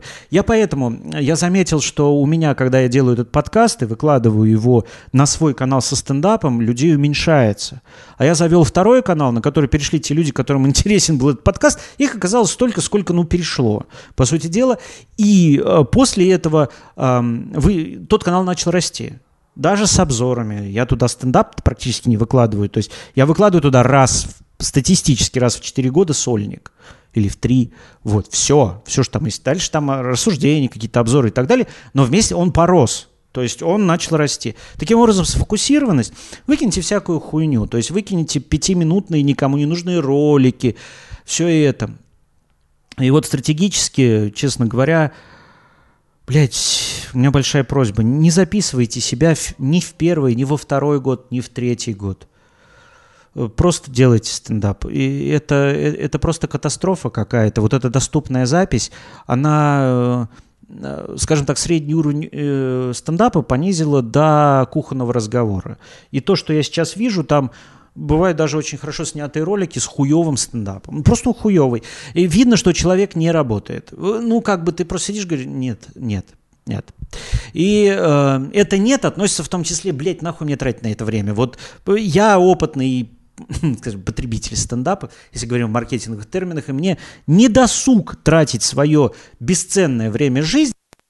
Я заметил, что у меня, когда я делаю этот подкаст и выкладываю его на свой канал со стендапом, людей уменьшается. А я завел второй канал, на который перешли те люди, которым интересен был этот подкаст. Их оказалось столько, сколько, перешло, по сути дела. И после этого тот канал начал расти. Даже с обзорами. Я туда стендап практически не выкладываю. То есть я выкладываю туда статистически раз в 4 года сольник. Или в 3. Вот, все, что там есть. Дальше там рассуждения, какие-то обзоры и так далее. Но вместе он порос. То есть он начал расти. Таким образом, сфокусированность, выкиньте всякую хуйню, то есть выкиньте 5-минутные никому не нужные ролики, все это. И вот стратегически, честно говоря, блядь, у меня большая просьба, не записывайте себя ни в первый, ни во второй год, ни в третий год. Просто делайте стендап. И это просто катастрофа какая-то. Вот эта доступная запись, она, скажем так, средний уровень стендапа понизила до кухонного разговора. И то, что я сейчас вижу, там бывают даже очень хорошо снятые ролики с хуевым стендапом. Просто он хуевый. И видно, что человек не работает. Ну, как бы ты просто сидишь и говоришь, нет. И это нет относится в том числе, блядь, нахуй мне тратить на это время. Вот я опытный, скажем, потребитель стендапа, если говорим в маркетинговых терминах, и мне не досуг тратить свое бесценное время жизни.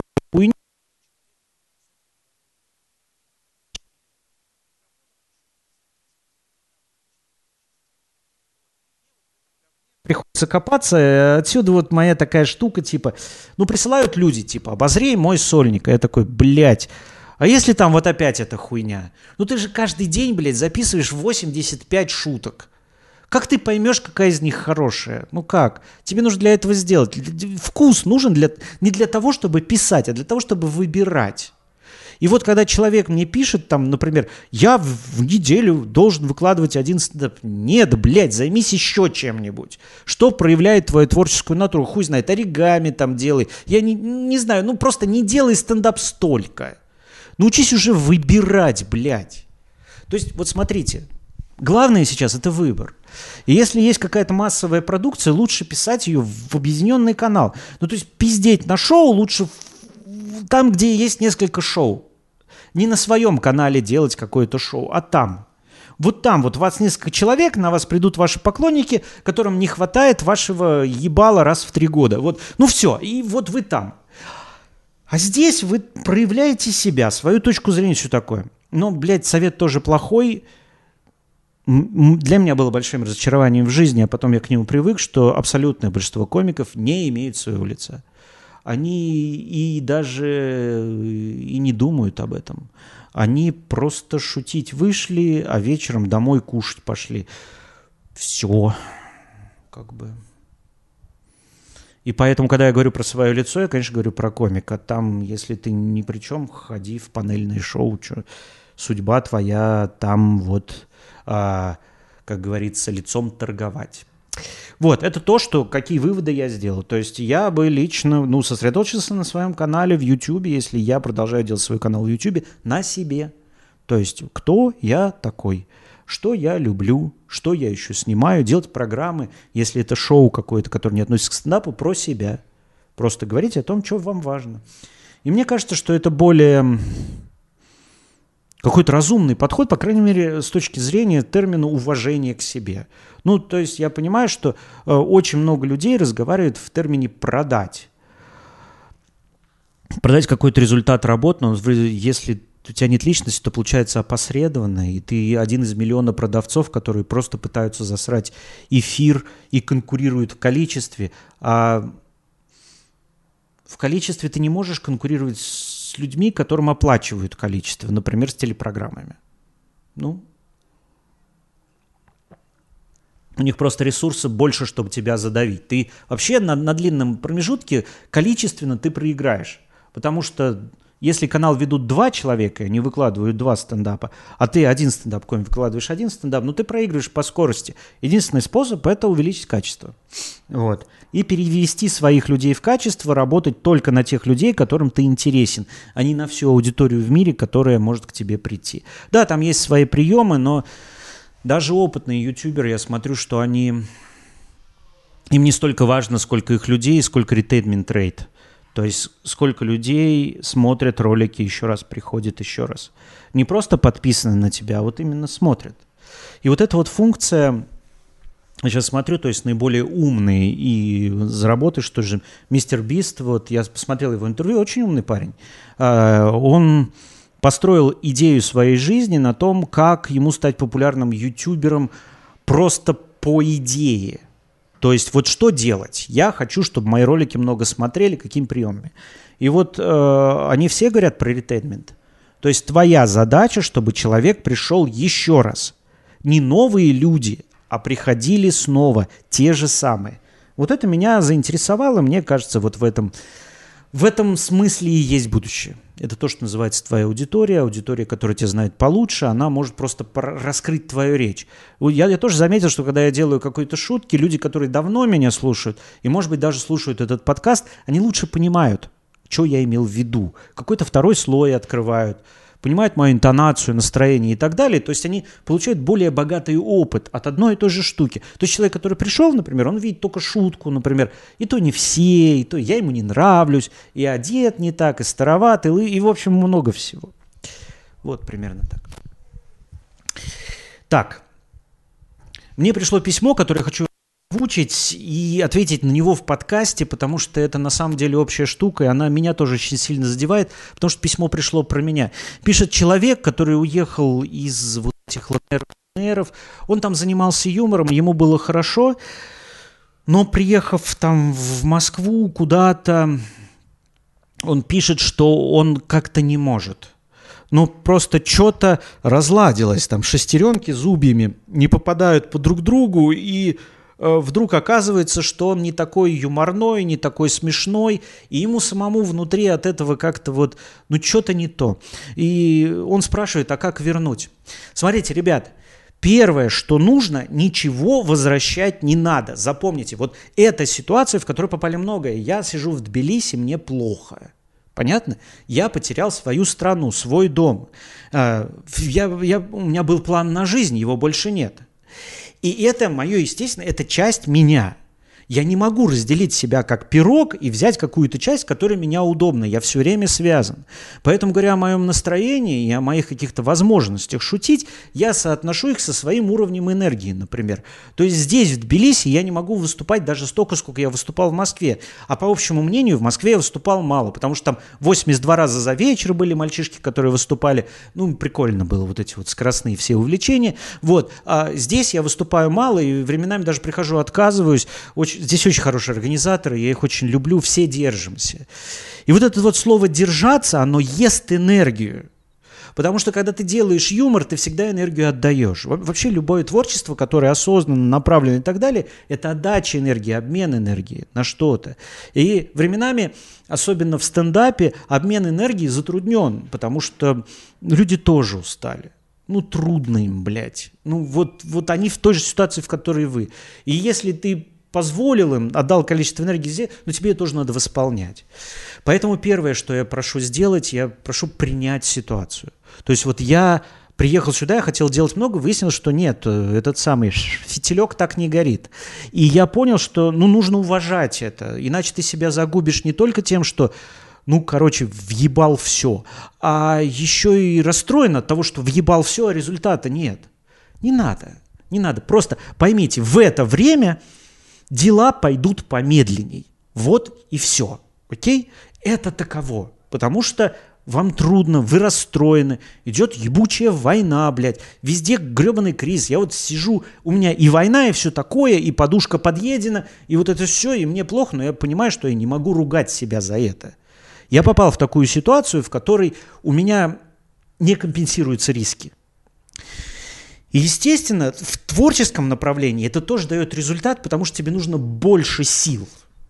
Приходится копаться. Отсюда вот моя такая штука, типа, ну, присылают люди, типа, обозрей мой сольник. А я такой, блядь, а если там вот опять эта хуйня? Ну, ты же каждый день, блядь, записываешь 85 шуток. Как ты поймешь, какая из них хорошая? Ну как? Тебе нужно для этого сделать. Вкус нужен не для того, чтобы писать, а для того, чтобы выбирать. И вот когда человек мне пишет, там, например, я в неделю должен выкладывать один стендап. Нет, блядь, займись еще чем-нибудь. Что проявляет твою творческую натуру? Хуй знает, оригами там делай. Я не знаю, ну просто не делай стендап столько. Научись уже выбирать, блядь. То есть, вот смотрите, главное сейчас – это выбор. И если есть какая-то массовая продукция, лучше писать ее в объединенный канал. Ну, то есть пиздеть на шоу лучше там, где есть несколько шоу. Не на своем канале делать какое-то шоу, а там. Вот там вот вас несколько человек, на вас придут ваши поклонники, которым не хватает вашего ебала раз в 3 года. Вот, ну все, и вот вы там. А здесь вы проявляете себя, свою точку зрения, все такое. Но, блядь, совет тоже плохой. Для меня было большим разочарованием в жизни, а потом я к нему привык, что абсолютное большинство комиков не имеют своего лица. Они и даже и не думают об этом. Они просто шутить вышли, а вечером домой кушать пошли. Все. Как бы. И поэтому, когда я говорю про свое лицо, я, конечно, говорю про комика. Там, если ты ни при чем, ходи в панельное шоу. Чё. Судьба твоя там вот, как говорится, лицом торговать. Вот, это то, что, какие выводы я сделал. То есть я бы лично, сосредоточился на своем канале в YouTube, если я продолжаю делать свой канал в YouTube, на себе. То есть кто я такой, что я люблю, что я еще снимаю, делать программы, если это шоу какое-то, которое не относится к стендапу, про себя. Просто говорить о том, что вам важно. И мне кажется, что это более какой-то разумный подход, по крайней мере, с точки зрения термина уважения к себе. Ну, то есть я понимаю, что очень много людей разговаривают в термине «продать». Продать какой-то результат работы, но если у тебя нет личности, то получается опосредованно, и ты один из миллиона продавцов, которые просто пытаются засрать эфир и конкурируют в количестве. А в количестве ты не можешь конкурировать с людьми, которым оплачивают количество, например, с телепрограммами. У них просто ресурсов больше, чтобы тебя задавить. Ты вообще на длинном промежутке количественно ты проиграешь. Потому что если канал ведут 2 человека, они выкладывают 2 стендапа, а ты один стендап-комик выкладываешь один стендап, ты проигрываешь по скорости. Единственный способ – это увеличить качество. Вот. И перевести своих людей в качество, работать только на тех людей, которым ты интересен, а не на всю аудиторию в мире, которая может к тебе прийти. Да, там есть свои приемы, но даже опытные ютуберы, я смотрю, что им не столько важно, сколько их людей, сколько ретейнмент рейт. То есть сколько людей смотрят ролики еще раз, приходят еще раз. Не просто подписаны на тебя, а вот именно смотрят. И вот эта вот функция, я сейчас смотрю, то есть наиболее умные и заработаешь тоже. Мистер Бист, вот я посмотрел его интервью, очень умный парень. Он построил идею своей жизни на том, как ему стать популярным ютубером просто по идее. То есть вот что делать? Я хочу, чтобы мои ролики много смотрели, какими приемами. И вот они все говорят про ретейнмент. То есть твоя задача, чтобы человек пришел еще раз. Не новые люди, а приходили снова, те же самые. Вот это меня заинтересовало, мне кажется, вот в этом смысле и есть будущее. Это то, что называется твоя аудитория, которая тебя знает получше, она может просто раскрыть твою речь. Я тоже заметил, что когда я делаю какие-то шутки, люди, которые давно меня слушают, и, может быть, даже слушают этот подкаст, они лучше понимают, что я имел в виду. Какой-то второй слой открывают, понимают мою интонацию, настроение и так далее. То есть они получают более богатый опыт от одной и той же штуки. То есть человек, который пришел, например, он видит только шутку, например, и то не все, и то я ему не нравлюсь, и одет не так, и староват, и в общем, много всего. Вот примерно так. Так, мне пришло письмо, которое я хочу озвучить и ответить на него в подкасте, потому что это на самом деле общая штука, и она меня тоже очень сильно задевает, потому что письмо пришло про меня. Пишет человек, который уехал из вот этих ЛНРов, он там занимался юмором, ему было хорошо, но приехав там в Москву куда-то, он пишет, что он как-то не может. Ну, просто что-то разладилось, там шестеренки зубьями не попадают по друг другу, и вдруг оказывается, что он не такой юморной, не такой смешной, и ему самому внутри от этого как-то вот, ну, что-то не то. И он спрашивает, а как вернуть? Смотрите, ребят, первое, что нужно, ничего возвращать не надо. Запомните, вот эта ситуация, в которую попали многое. Я сижу в Тбилиси, мне плохо. Понятно? Я потерял свою страну, свой дом. У меня был план на жизнь, его больше нет. И это мое, естественно, это часть меня. Я не могу разделить себя как пирог и взять какую-то часть, которая меня удобна. Я все время связан. Поэтому, говоря о моем настроении и о моих каких-то возможностях шутить, я соотношу их со своим уровнем энергии, например. То есть здесь, в Тбилиси, я не могу выступать даже столько, сколько я выступал в Москве. А по общему мнению, в Москве я выступал мало, потому что там 82 раза за вечер были мальчишки, которые выступали. Ну, прикольно было, вот эти вот скоростные все увлечения. Вот. А здесь я выступаю мало, и временами даже прихожу, отказываюсь. Здесь очень хорошие организаторы, я их очень люблю, все держимся. И вот это вот слово «держаться», оно ест энергию. Потому что когда ты делаешь юмор, ты всегда энергию отдаешь. Вообще любое творчество, которое осознанно направлено и так далее, это отдача энергии, обмен энергии на что-то. И временами, особенно в стендапе, обмен энергией затруднен, потому что люди тоже устали. Ну, трудно им, блядь. Ну, вот они в той же ситуации, в которой вы. И если ты позволил им, отдал количество энергии, но тебе тоже надо восполнять. Поэтому первое, что я прошу сделать, я прошу принять ситуацию. То есть вот я приехал сюда, я хотел делать много, выяснилось, что нет, этот самый фитилек так не горит. И я понял, что нужно уважать это, иначе ты себя загубишь не только тем, что въебал все, а еще и расстроен от того, что въебал все, а результата нет. Не надо. Просто поймите, в это время дела пойдут помедленней. Вот и все. Окей? Это таково. Потому что вам трудно, вы расстроены. Идет ебучая война, блядь. Везде гребаный кризис. Я вот сижу, у меня и война, и все такое, и подушка подъедена, и вот это все, и мне плохо, но я понимаю, что я не могу ругать себя за это. Я попал в такую ситуацию, в которой у меня не компенсируются риски. И, естественно, в творческом направлении это тоже дает результат, потому что тебе нужно больше сил.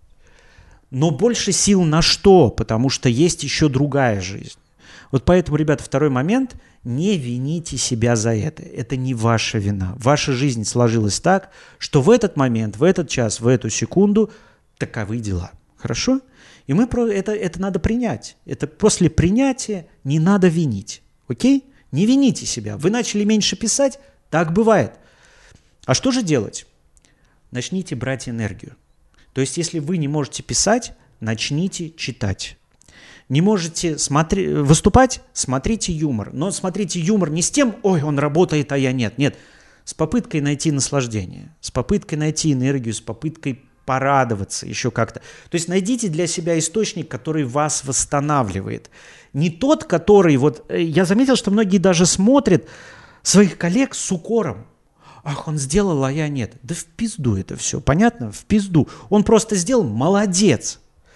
Но больше сил на что? Потому что есть еще другая жизнь. Вот поэтому, ребята, второй момент – не вините себя за это. Это не ваша вина. Ваша жизнь сложилась так, что в этот момент, в этот час, в эту секунду таковы дела. Хорошо? И это надо принять. Это после принятия не надо винить. Окей? Не вините себя. Вы начали меньше писать? Так бывает. А что же делать? Начните брать энергию. То есть, если вы не можете писать, начните читать. Не можете выступать? Смотрите юмор. Но смотрите юмор не с тем, ой, он работает, а я нет. Нет. С попыткой найти наслаждение, с попыткой найти энергию, с попыткой порадоваться еще как-то. То есть найдите для себя источник, который вас восстанавливает. Не тот, который... я заметил, что многие даже смотрят своих коллег с укором. Ах, он сделал, а я нет. Да в пизду это все, понятно? В пизду. Он просто сделал, молодец.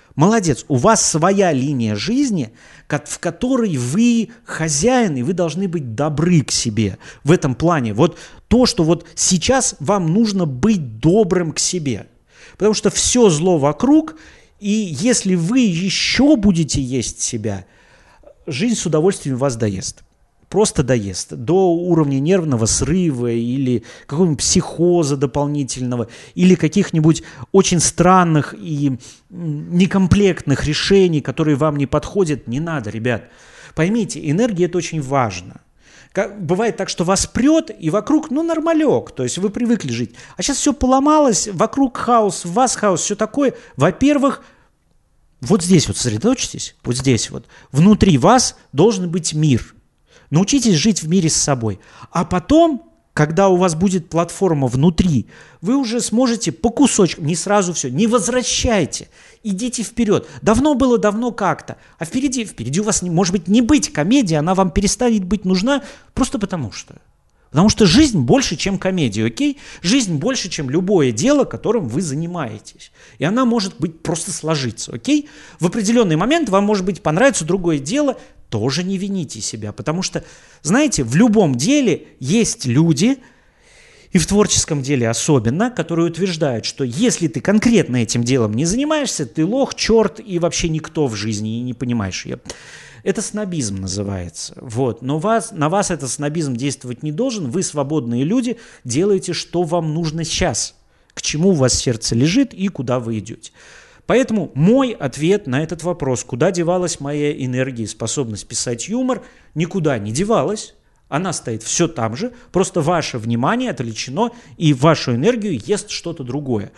Молодец, у вас своя линия жизни, в которой вы хозяин, и вы должны быть добры к себе в этом плане. Вот то, что вот сейчас вам нужно быть добрым к себе. Потому что все зло вокруг, и если вы еще будете есть себя, жизнь с удовольствием вас доест. Просто доест до уровня нервного срыва или какого-нибудь психоза дополнительного, или каких-нибудь очень странных и некомплектных решений, которые вам не подходят. Не надо, ребят. Поймите, энергия – это очень важно. Бывает так, что вас прет, и вокруг, нормалек, то есть вы привыкли жить. А сейчас все поломалось, вокруг хаос, в вас хаос, все такое. Во-первых, вот здесь вот сосредоточьтесь, вот здесь вот. Внутри вас должен быть мир. Научитесь жить в мире с собой. А потом, когда у вас будет платформа внутри, вы уже сможете по кусочкам, не сразу все, не возвращайте, идите вперед. Давно было, давно как-то. А впереди у вас, может быть, не быть комедией, она вам перестанет быть нужна просто потому что. Потому что жизнь больше, чем комедия, окей? Жизнь больше, чем любое дело, которым вы занимаетесь. И она может быть просто сложиться, окей? В определенный момент вам, может быть, понравится другое дело, тоже не вините себя. Потому что, знаете, в любом деле есть люди, и в творческом деле особенно, которые утверждают, что если ты конкретно этим делом не занимаешься, ты лох, черт и вообще никто в жизни, и не понимаешь ее. Это снобизм называется. Вот. Но на вас этот снобизм действовать не должен. Вы свободные люди, делаете, что вам нужно сейчас, к чему у вас сердце лежит и куда вы идете. Поэтому мой ответ на этот вопрос, куда девалась моя энергия и способность писать юмор, никуда не девалась. Она стоит все там же, просто ваше внимание отвлечено, и вашу энергию ест что-то другое.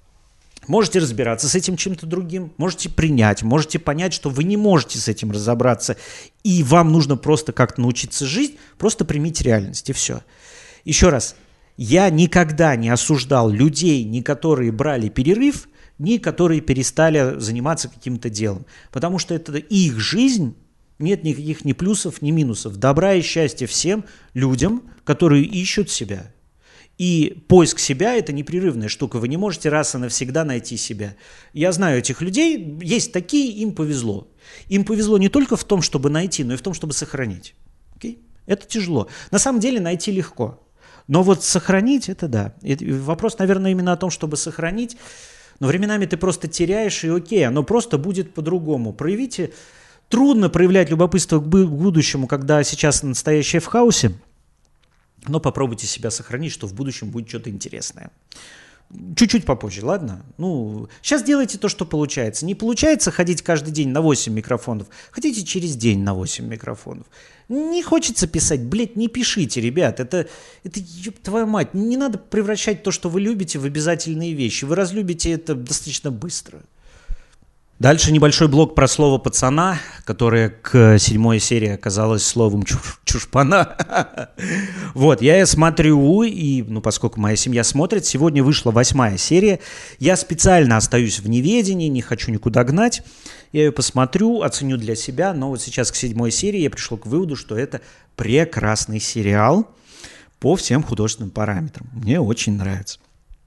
Можете разбираться с этим чем-то другим, можете принять, можете понять, что вы не можете с этим разобраться, и вам нужно просто как-то научиться жить, просто примите реальность, и все. Еще раз, я никогда не осуждал людей, ни которые брали перерыв, ни которые перестали заниматься каким-то делом, потому что это их жизнь, нет никаких ни плюсов, ни минусов. Добра и счастья всем людям, которые ищут себя. И поиск себя – это непрерывная штука. Вы не можете раз и навсегда найти себя. Я знаю этих людей, есть такие, им повезло. Им повезло не только в том, чтобы найти, но и в том, чтобы сохранить. Okay? Это тяжело. На самом деле найти легко. Но вот сохранить – это да. И вопрос, наверное, именно о том, чтобы сохранить. Но временами ты просто теряешь, и окей, оно просто будет по-другому. Проявите. Трудно проявлять любопытство к будущему, когда сейчас настоящее в хаосе. Но попробуйте себя сохранить, что в будущем будет что-то интересное. Чуть-чуть попозже, ладно? Сейчас делайте то, что получается. Не получается ходить каждый день на 8 микрофонов. Хотите через день на 8 микрофонов. Не хочется писать, не пишите, ребят. Это ёб твою мать, не надо превращать то, что вы любите, в обязательные вещи. Вы разлюбите это достаточно быстро. Дальше небольшой блок про слово «пацана», которое к 7-й серии оказалось словом «чушпана». Вот, я смотрю, и, поскольку моя семья смотрит, сегодня вышла 8-я серия. Я специально остаюсь в неведении, не хочу никуда гнать. Я ее посмотрю, оценю для себя, но вот сейчас к 7-й серии я пришел к выводу, что это прекрасный сериал по всем художественным параметрам. Мне очень нравится.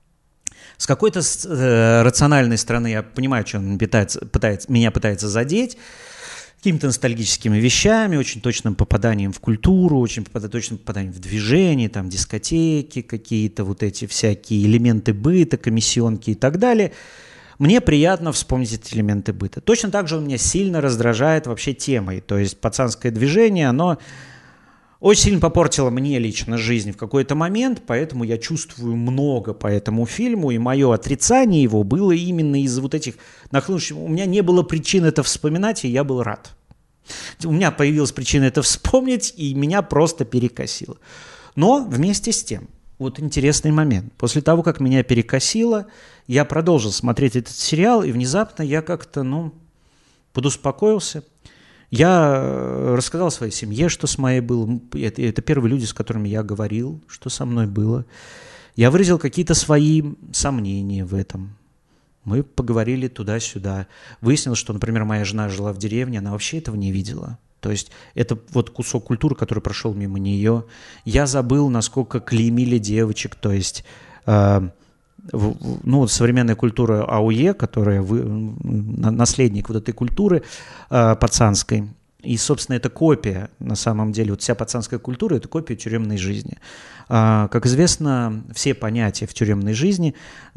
С какой-то рациональной стороны я понимаю, что он меня пытается задеть, какими-то ностальгическими вещами, очень точным попаданием в культуру, очень точным попаданием в движение, там дискотеки какие-то, вот эти всякие элементы быта, комиссионки и так далее. Мне приятно вспомнить эти элементы быта. Точно так же он меня сильно раздражает вообще темой. То есть пацанское движение, оно очень сильно попортило мне лично жизнь в какой-то момент, поэтому я чувствую много по этому фильму, и мое отрицание его было именно из-за вот этих нахлынувших. У меня не было причин это вспоминать, и я был рад. У меня появилась причина это вспомнить, и меня просто перекосило. Но вместе с тем, вот интересный момент. После того, как меня перекосило, я продолжил смотреть этот сериал, и внезапно я как-то, подуспокоился. Я рассказал своей семье, что с моей было. Это первые люди, с которыми я говорил, что со мной было. Я выразил какие-то свои сомнения в этом. Мы поговорили туда-сюда. Выяснилось, что, например, моя жена жила в деревне, она вообще этого не видела. То есть это вот кусок культуры, который прошел мимо нее. Я забыл, насколько клеймили девочек. То есть ну, современная культура АУЕ, которая наследник вот этой культуры пацанской. И, собственно, это копия, на самом деле, вот вся пацанская культура – это копия тюремной жизни. Как известно, все понятия в тюремной жизни,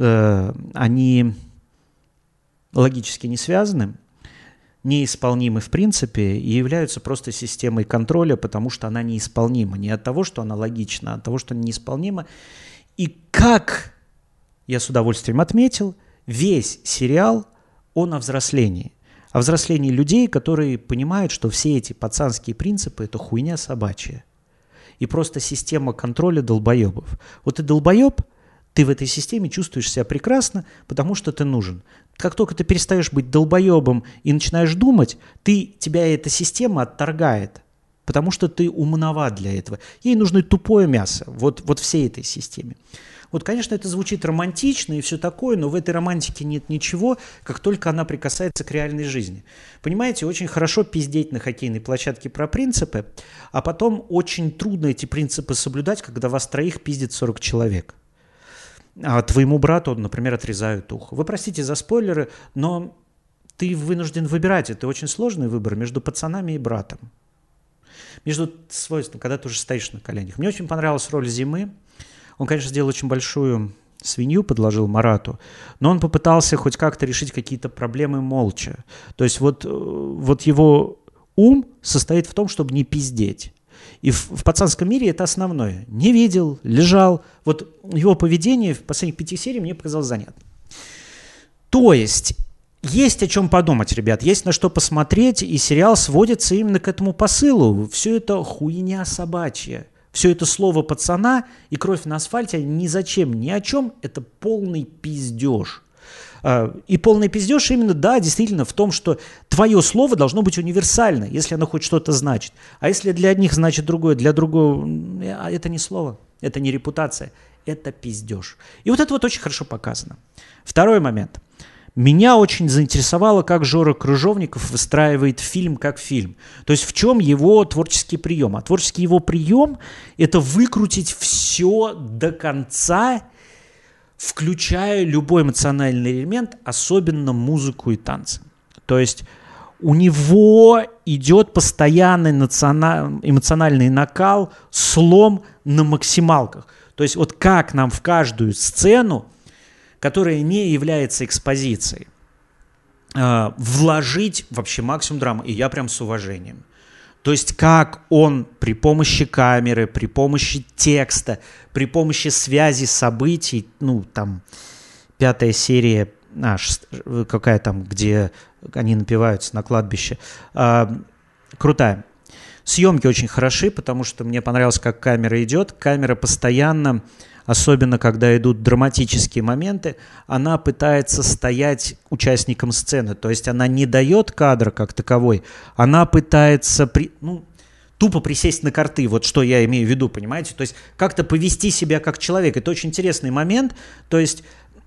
они логически не связаны, неисполнимы в принципе и являются просто системой контроля, потому что она неисполнима. Не от того, что она логична, а от того, что она неисполнима. И как я с удовольствием отметил, весь сериал, он о взрослении. О взрослении людей, которые понимают, что все эти пацанские принципы – это хуйня собачья. И просто система контроля долбоебов. Вот ты долбоеб, ты в этой системе чувствуешь себя прекрасно, потому что ты нужен. Как только ты перестаешь быть долбоебом и начинаешь думать, тебя эта система отторгает, потому что ты умноват для этого. Ей нужно тупое мясо, вот всей этой системе. Вот, конечно, это звучит романтично и все такое, но в этой романтике нет ничего, как только она прикасается к реальной жизни. Понимаете, очень хорошо пиздеть на хоккейной площадке про принципы, а потом очень трудно эти принципы соблюдать, когда вас троих пиздит 40 человек. А твоему брату, например, отрезают ухо. Вы простите за спойлеры, но ты вынужден выбирать. Это очень сложный выбор между пацанами и братом. Между свойством, когда ты уже стоишь на коленях. Мне очень понравилась роль Зимы. Он, конечно, сделал очень большую свинью, подложил Марату, но он попытался хоть как-то решить какие-то проблемы молча. То есть вот его ум состоит в том, чтобы не пиздеть. И в пацанском мире это основное. Не видел, лежал. Вот его поведение в последних 5 сериях мне показалось занятным. То есть о чем подумать, ребят, есть на что посмотреть, и сериал сводится именно к этому посылу. Все это хуйня собачья. Все это слово пацана и кровь на асфальте ни зачем, ни о чем. Это полный пиздеж. И полный пиздеж именно, да, действительно, в том, что твое слово должно быть универсально, если оно хоть что-то значит. А если для одних значит другое, для другого, это не слово, это не репутация, это пиздеж. И вот это вот очень хорошо показано. Второй момент. Меня очень заинтересовало, как Жора Крыжовников выстраивает фильм как фильм. То есть в чем его творческий прием. А творческий его прием – это выкрутить все до конца, включая любой эмоциональный элемент, особенно музыку и танцы. То есть у него идет постоянный эмоциональный накал, слом на максималках. То есть вот как нам в каждую сцену, которая не является экспозицией, вложить вообще максимум драмы. И я прям с уважением. То есть как он при помощи камеры, при помощи текста, при помощи связи событий, ну там 5-я серия, какая там, где они напиваются на кладбище, крутая. Съемки очень хороши, потому что мне понравилось, как камера идет. Камера постоянно, особенно когда идут драматические моменты, она пытается стоять участникам сцены. То есть она не дает кадра как таковой, она пытается тупо присесть на карты. Вот что я имею в виду, понимаете? То есть как-то повести себя как человек. Это очень интересный момент. То есть,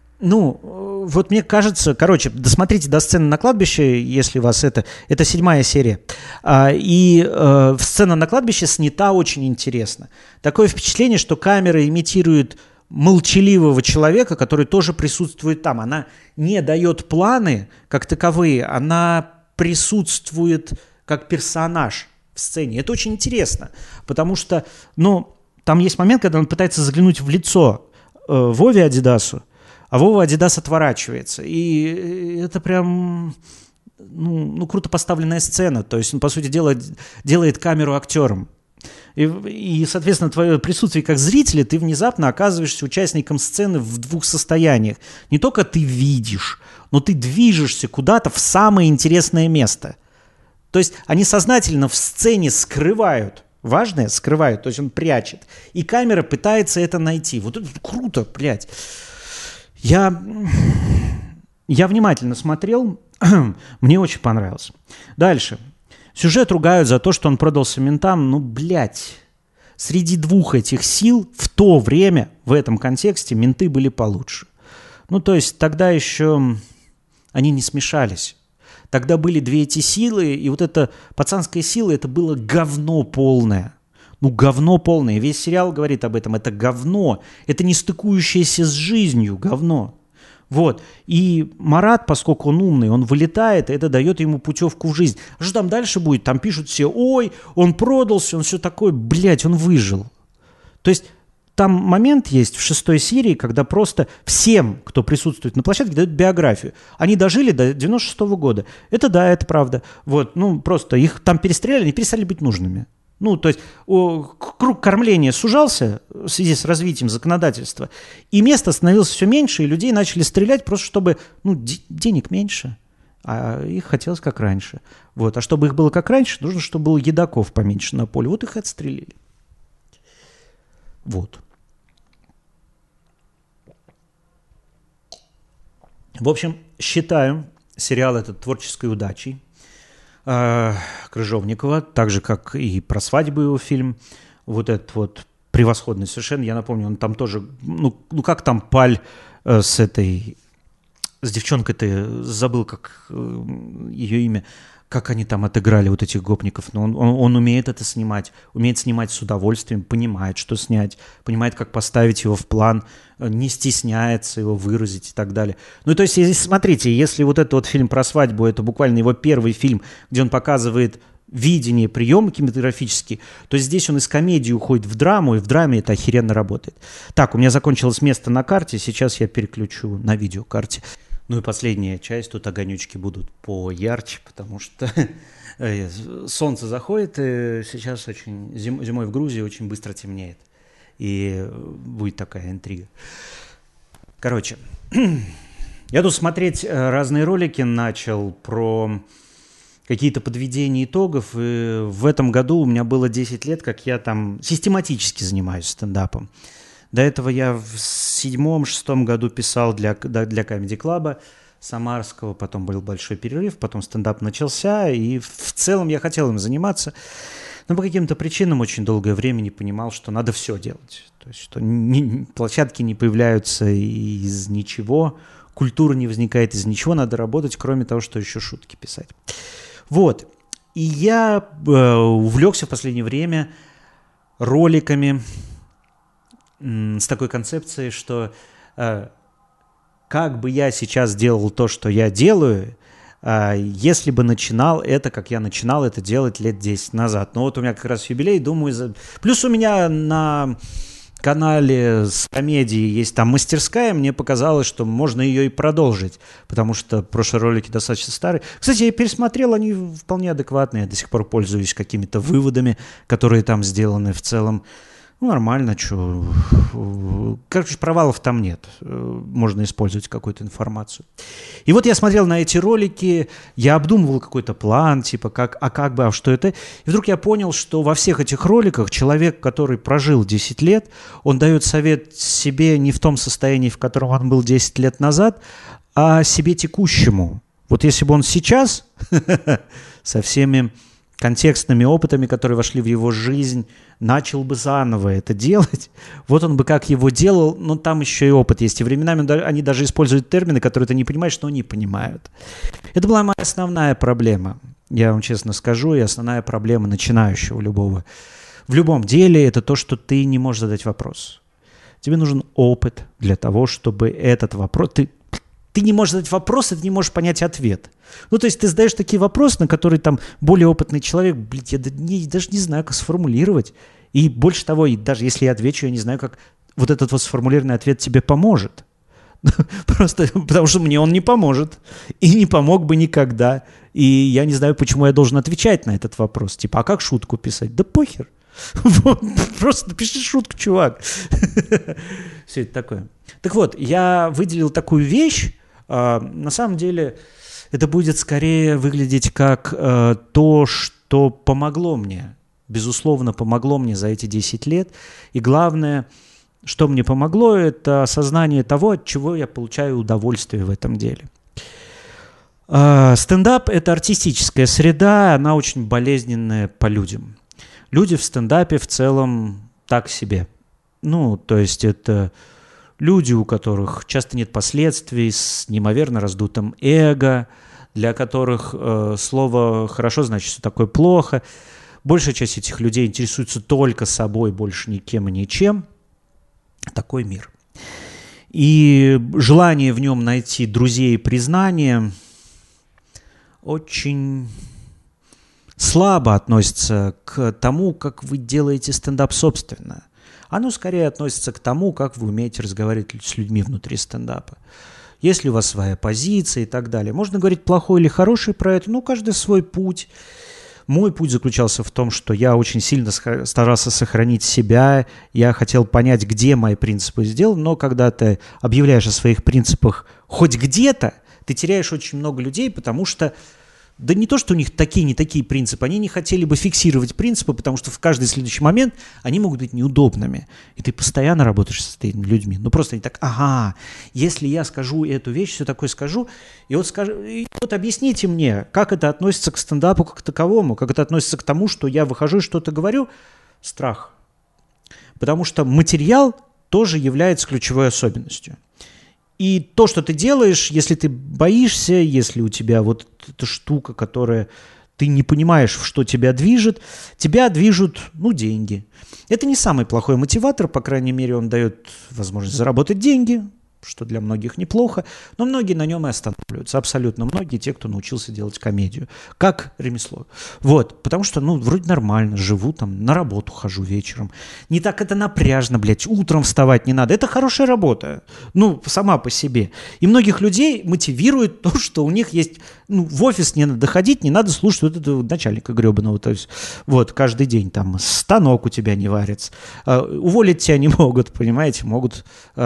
вот мне кажется, досмотрите до сцены на кладбище, если вас это 7-я серия. Сцена на кладбище снята очень интересно. Такое впечатление, что камера имитирует молчаливого человека, который тоже присутствует там. Она не дает планы как таковые, она присутствует как персонаж в сцене. Это очень интересно, потому что, там есть момент, когда он пытается заглянуть в лицо Вове Адидасу, а Вова Адидас отворачивается. И это прям круто поставленная сцена. То есть он, по сути дела, делает камеру актером. И, соответственно, твое присутствие как зрителя, ты внезапно оказываешься участником сцены в двух состояниях. Не только ты видишь, но ты движешься куда-то в самое интересное место. То есть они сознательно в сцене скрывают важное, то есть он прячет. И камера пытается это найти. Вот это круто, блядь. Я внимательно смотрел, мне очень понравилось. Дальше. Сюжет ругают за то, что он продался ментам. Среди двух этих сил в то время, в этом контексте, менты были получше. То есть тогда еще они не смешались. Тогда были две эти силы, и вот эта пацанская сила, это было говно полное. Ну, говно полное. Весь сериал говорит об этом. Это говно. Это не стыкующееся с жизнью говно. Вот. И Марат, поскольку он умный, он вылетает, и это дает ему путевку в жизнь. А что там дальше будет? Там пишут все: ой, он продался, он все такое. Блядь, он выжил. То есть там момент есть в 6 серии, когда просто всем, кто присутствует на площадке, дают биографию. Они дожили до 96 года. Это да, это правда. Вот, ну, просто их там перестреляли, они перестали быть нужными. Ну, то есть круг кормления сужался в связи с развитием законодательства, и места становилось все меньше, и людей начали стрелять просто чтобы, ну, денег меньше, а их хотелось как раньше. Вот. А чтобы их было как раньше, нужно, чтобы было едоков поменьше на поле. Вот их и отстрелили. Вот. В общем, считаю сериал этот творческой удачей Крыжовникова, так же, как и про свадьбу его фильм. Вот этот вот превосходный совершенно. Я напомню, он там тоже, ну как там Паль с девчонкой-то, забыл, как ее имя, как они там отыграли вот этих гопников. Но он умеет это снимать, умеет снимать с удовольствием, понимает, что снять, понимает, как поставить его в план, не стесняется его выразить и так далее. Ну, то есть, смотрите, если вот этот вот фильм про свадьбу, это буквально его первый фильм, где он показывает видение, приемы кинематографические, то здесь он из комедии уходит в драму, и в драме это охеренно работает. Так, у меня закончилось место на карте, сейчас я переключу на видеокарте. Ну и последняя часть, тут огонечки будут поярче, потому что солнце заходит, и сейчас очень зимой в Грузии очень быстро темнеет. И будет такая интрига. Короче, я тут смотреть разные ролики начал про какие-то подведения итогов, и в этом году у меня было 10 лет, как я там систематически занимаюсь стендапом. До этого я в 7-6 году писал для Comedy Club самарского, потом был большой перерыв, потом стендап начался, и в целом я хотел им заниматься, но по каким-то причинам очень долгое время не понимал, что надо все делать. То есть, что площадки не появляются из ничего, культура не возникает из ничего, надо работать, кроме того, что еще шутки писать. Вот. И я увлекся в последнее время роликами с такой концепцией, что как бы я сейчас делал то, что я делаю, если бы начинал это, как я начинал это делать лет 10 назад. Но вот у меня как раз юбилей, думаю... Плюс у меня на канале с комедией есть там мастерская, мне показалось, что можно ее и продолжить, потому что прошлые ролики достаточно старые. Кстати, я пересмотрел, они вполне адекватные, я до сих пор пользуюсь какими-то выводами, которые там сделаны в целом. Ну, нормально, что... Короче, провалов там нет. Можно использовать какую-то информацию. И вот я смотрел на эти ролики, я обдумывал какой-то план, типа, что это? И вдруг я понял, что во всех этих роликах человек, который прожил 10 лет, он дает совет себе не в том состоянии, в котором он был 10 лет назад, а себе текущему. Вот если бы он сейчас со всеми контекстными опытами, которые вошли в его жизнь, начал бы заново это делать, вот он бы как его делал, но там еще и опыт есть. И временами они даже используют термины, которые ты не понимаешь, но они понимают. Это была моя основная проблема, я вам честно скажу, и основная проблема начинающего любого. В любом деле это то, что ты не можешь задать вопрос. Тебе нужен опыт для того, чтобы этот вопрос... Ты не можешь задать вопрос, и ты не можешь понять ответ. Ну, то есть ты задаешь такие вопросы, на которые там более опытный человек, я даже не знаю, как сформулировать. И больше того, и даже если я отвечу, я не знаю, как вот этот вот сформулированный ответ тебе поможет. Просто потому что мне он не поможет. И не помог бы никогда. И я не знаю, почему я должен отвечать на этот вопрос. Типа, а как шутку писать? Да похер. Просто напиши шутку, чувак. Все это такое. Так вот, я выделил такую вещь. На самом деле это будет скорее выглядеть как то, что помогло мне, безусловно, помогло мне за эти 10 лет. И главное, что мне помогло, это осознание того, от чего я получаю удовольствие в этом деле. Стендап – это артистическая среда, она очень болезненная по людям. Люди в стендапе в целом так себе. Ну, то есть это... Люди, у которых часто нет последствий, с неимоверно раздутым эго, для которых слово «хорошо» значит, что такое плохо. Большая часть этих людей интересуется только собой, больше никем и ничем. Такой мир. И желание в нем найти друзей и признание очень слабо относится к тому, как вы делаете стендап собственно. Оно скорее относится к тому, как вы умеете разговаривать с людьми внутри стендапа. Есть ли у вас своя позиция и так далее. Можно говорить плохой или хороший про это, но каждый свой путь. Мой путь заключался в том, что я очень сильно старался сохранить себя, я хотел понять, где мои принципы сделаны, но когда ты объявляешь о своих принципах хоть где-то, ты теряешь очень много людей, потому что да не то, что у них такие, не такие принципы, они не хотели бы фиксировать принципы, потому что в каждый следующий момент они могут быть неудобными. И ты постоянно работаешь с этими людьми. Ну просто они так, ага, если я скажу эту вещь, все такое скажу, и вот объясните мне, как это относится к стендапу как таковому, как это относится к тому, что я выхожу и что-то говорю. Страх. Потому что материал тоже является ключевой особенностью. И то, что ты делаешь, если ты боишься, если у тебя вот эта штука, которая ты не понимаешь, что тебя движет деньги. Это не самый плохой мотиватор, по крайней мере, он дает возможность заработать деньги, что для многих неплохо, но многие на нем и останавливаются, абсолютно многие, те, кто научился делать комедию, как ремесло. Вот, потому что, вроде нормально, живу там, на работу хожу вечером. Не так это напряжно, утром вставать не надо. Это хорошая работа, сама по себе. И многих людей мотивирует то, что у них есть, в офис не надо ходить, не надо слушать вот этого начальника гребаного. То есть, вот, каждый день там станок у тебя не варится. Уволить тебя не могут, понимаете, могут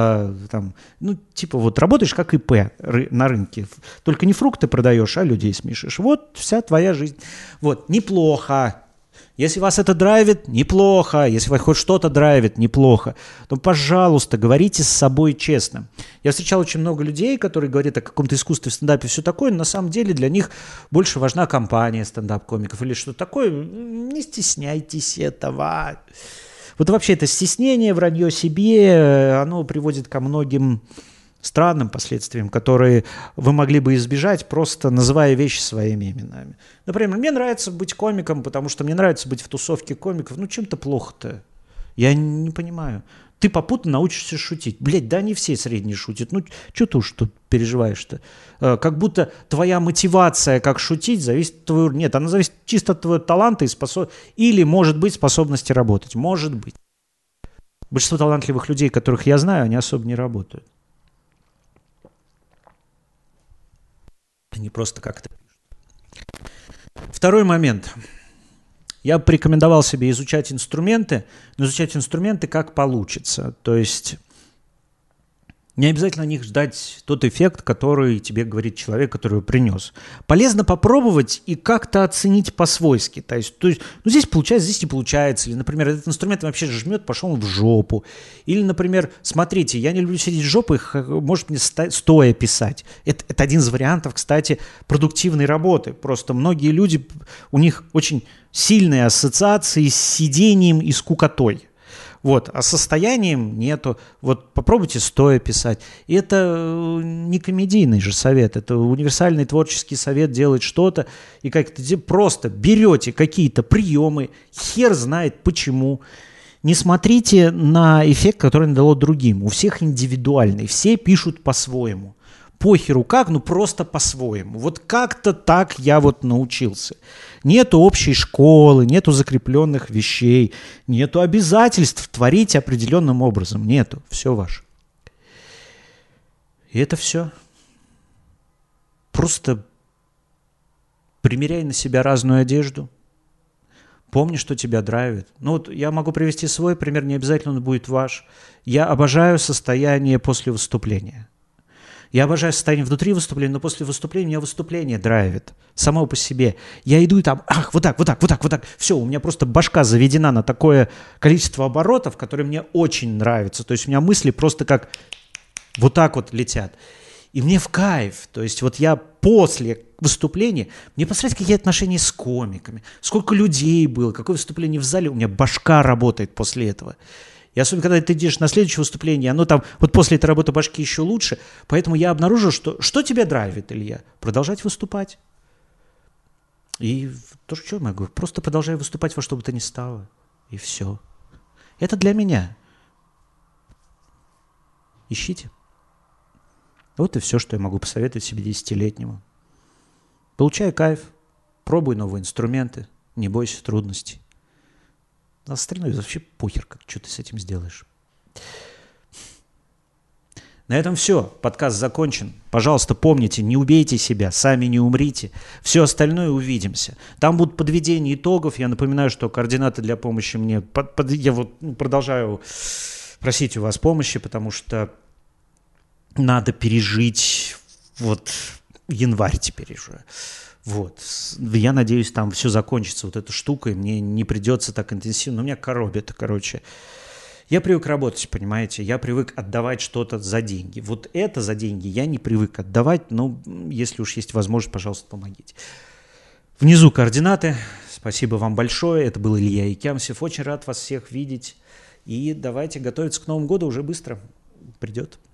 работаешь как ИП на рынке. Только не фрукты продаешь, а людей смешишь. Вот вся твоя жизнь. Вот, неплохо. Если вас это драйвит, неплохо. Если вас хоть что-то драйвит, неплохо. То, пожалуйста, говорите с собой честно. Я встречал очень много людей, которые говорят о каком-то искусстве в стендапе, все такое, но на самом деле для них больше важна компания стендап-комиков или что-то такое. Не стесняйтесь этого. Вот вообще это стеснение, вранье себе, оно приводит ко многим странным последствиям, которые вы могли бы избежать, просто называя вещи своими именами. Например, мне нравится быть комиком, потому что мне нравится быть в тусовке комиков. Чем-то плохо-то? Я не понимаю. Ты попутно научишься шутить. Да не все средние шутят. Что ты уж тут переживаешь-то? Как будто твоя мотивация, как шутить, зависит от твоего... Нет, она зависит чисто от твоего таланта или, может быть, способности работать. Может быть. Большинство талантливых людей, которых я знаю, они особо не работают. Они просто как-то пишут. Второй момент. Я бы порекомендовал себе изучать инструменты, но изучать инструменты как получится. То есть не обязательно на них ждать тот эффект, который тебе говорит человек, который его принес. Полезно попробовать и как-то оценить по-свойски. То есть здесь получается, здесь не получается. Или, например, этот инструмент вообще жмет, пошел он в жопу. Или, например, смотрите, я не люблю сидеть в жопе, может мне стоя писать. Это один из вариантов, кстати, продуктивной работы. Просто многие люди, у них очень сильные ассоциации с сидением и скукотой. Вот, а состоянием нету. Вот попробуйте стоя писать. И это не комедийный же совет, это универсальный творческий совет делать что-то, и как-то просто берете какие-то приемы, хер знает почему. Не смотрите на эффект, который надало другим. У всех индивидуальный, все пишут по-своему. Похеру как, просто по-своему. Вот как-то так я вот научился. Нету общей школы, нету закрепленных вещей, нету обязательств творить определенным образом. Нету, все ваше. И это все. Просто примеряй на себя разную одежду. Помни, что тебя драйвит. Я могу привести свой пример, не обязательно он будет ваш. Я обожаю состояние после выступления. Я обожаю состояние внутри выступления, но после выступления меня выступление драйвит. Само по себе. Я иду и там, вот так. Все, у меня просто башка заведена на такое количество оборотов, которые мне очень нравятся. То есть у меня мысли просто как вот так вот летят. И мне в кайф. То есть вот я после выступления, мне посмотреть, какие отношения с комиками, сколько людей было, какое выступление в зале, у меня башка работает после этого. И особенно, когда ты идешь на следующее выступление, оно там, вот после этой работы башки еще лучше. Поэтому я обнаружил, что тебя драйвит, Илья? Продолжать выступать. И то, что я могу, просто продолжаю выступать во что бы то ни стало. И все. Это для меня. Ищите. Вот и все, что я могу посоветовать себе 10-летнему. Получай кайф, пробуй новые инструменты, не бойся трудностей. А остальное вообще похер, как что ты с этим сделаешь. На этом все. Подкаст закончен. Пожалуйста, помните, не убейте себя, сами не умрите. Все остальное увидимся. Там будут подведения итогов. Я напоминаю, что координаты для помощи мне... Я вот продолжаю просить у вас помощи, потому что надо пережить вот январь теперь уже. Вот. Я надеюсь, там все закончится, вот эта штука, и мне не придется так интенсивно. Но меня коробит, короче. Я привык работать, понимаете, я привык отдавать что-то за деньги. Вот это за деньги я не привык отдавать, но если уж есть возможность, пожалуйста, помогите. Внизу координаты. Спасибо вам большое. Это был Илья Икямсев. Очень рад вас всех видеть. И давайте готовиться к Новому году уже быстро. Придет.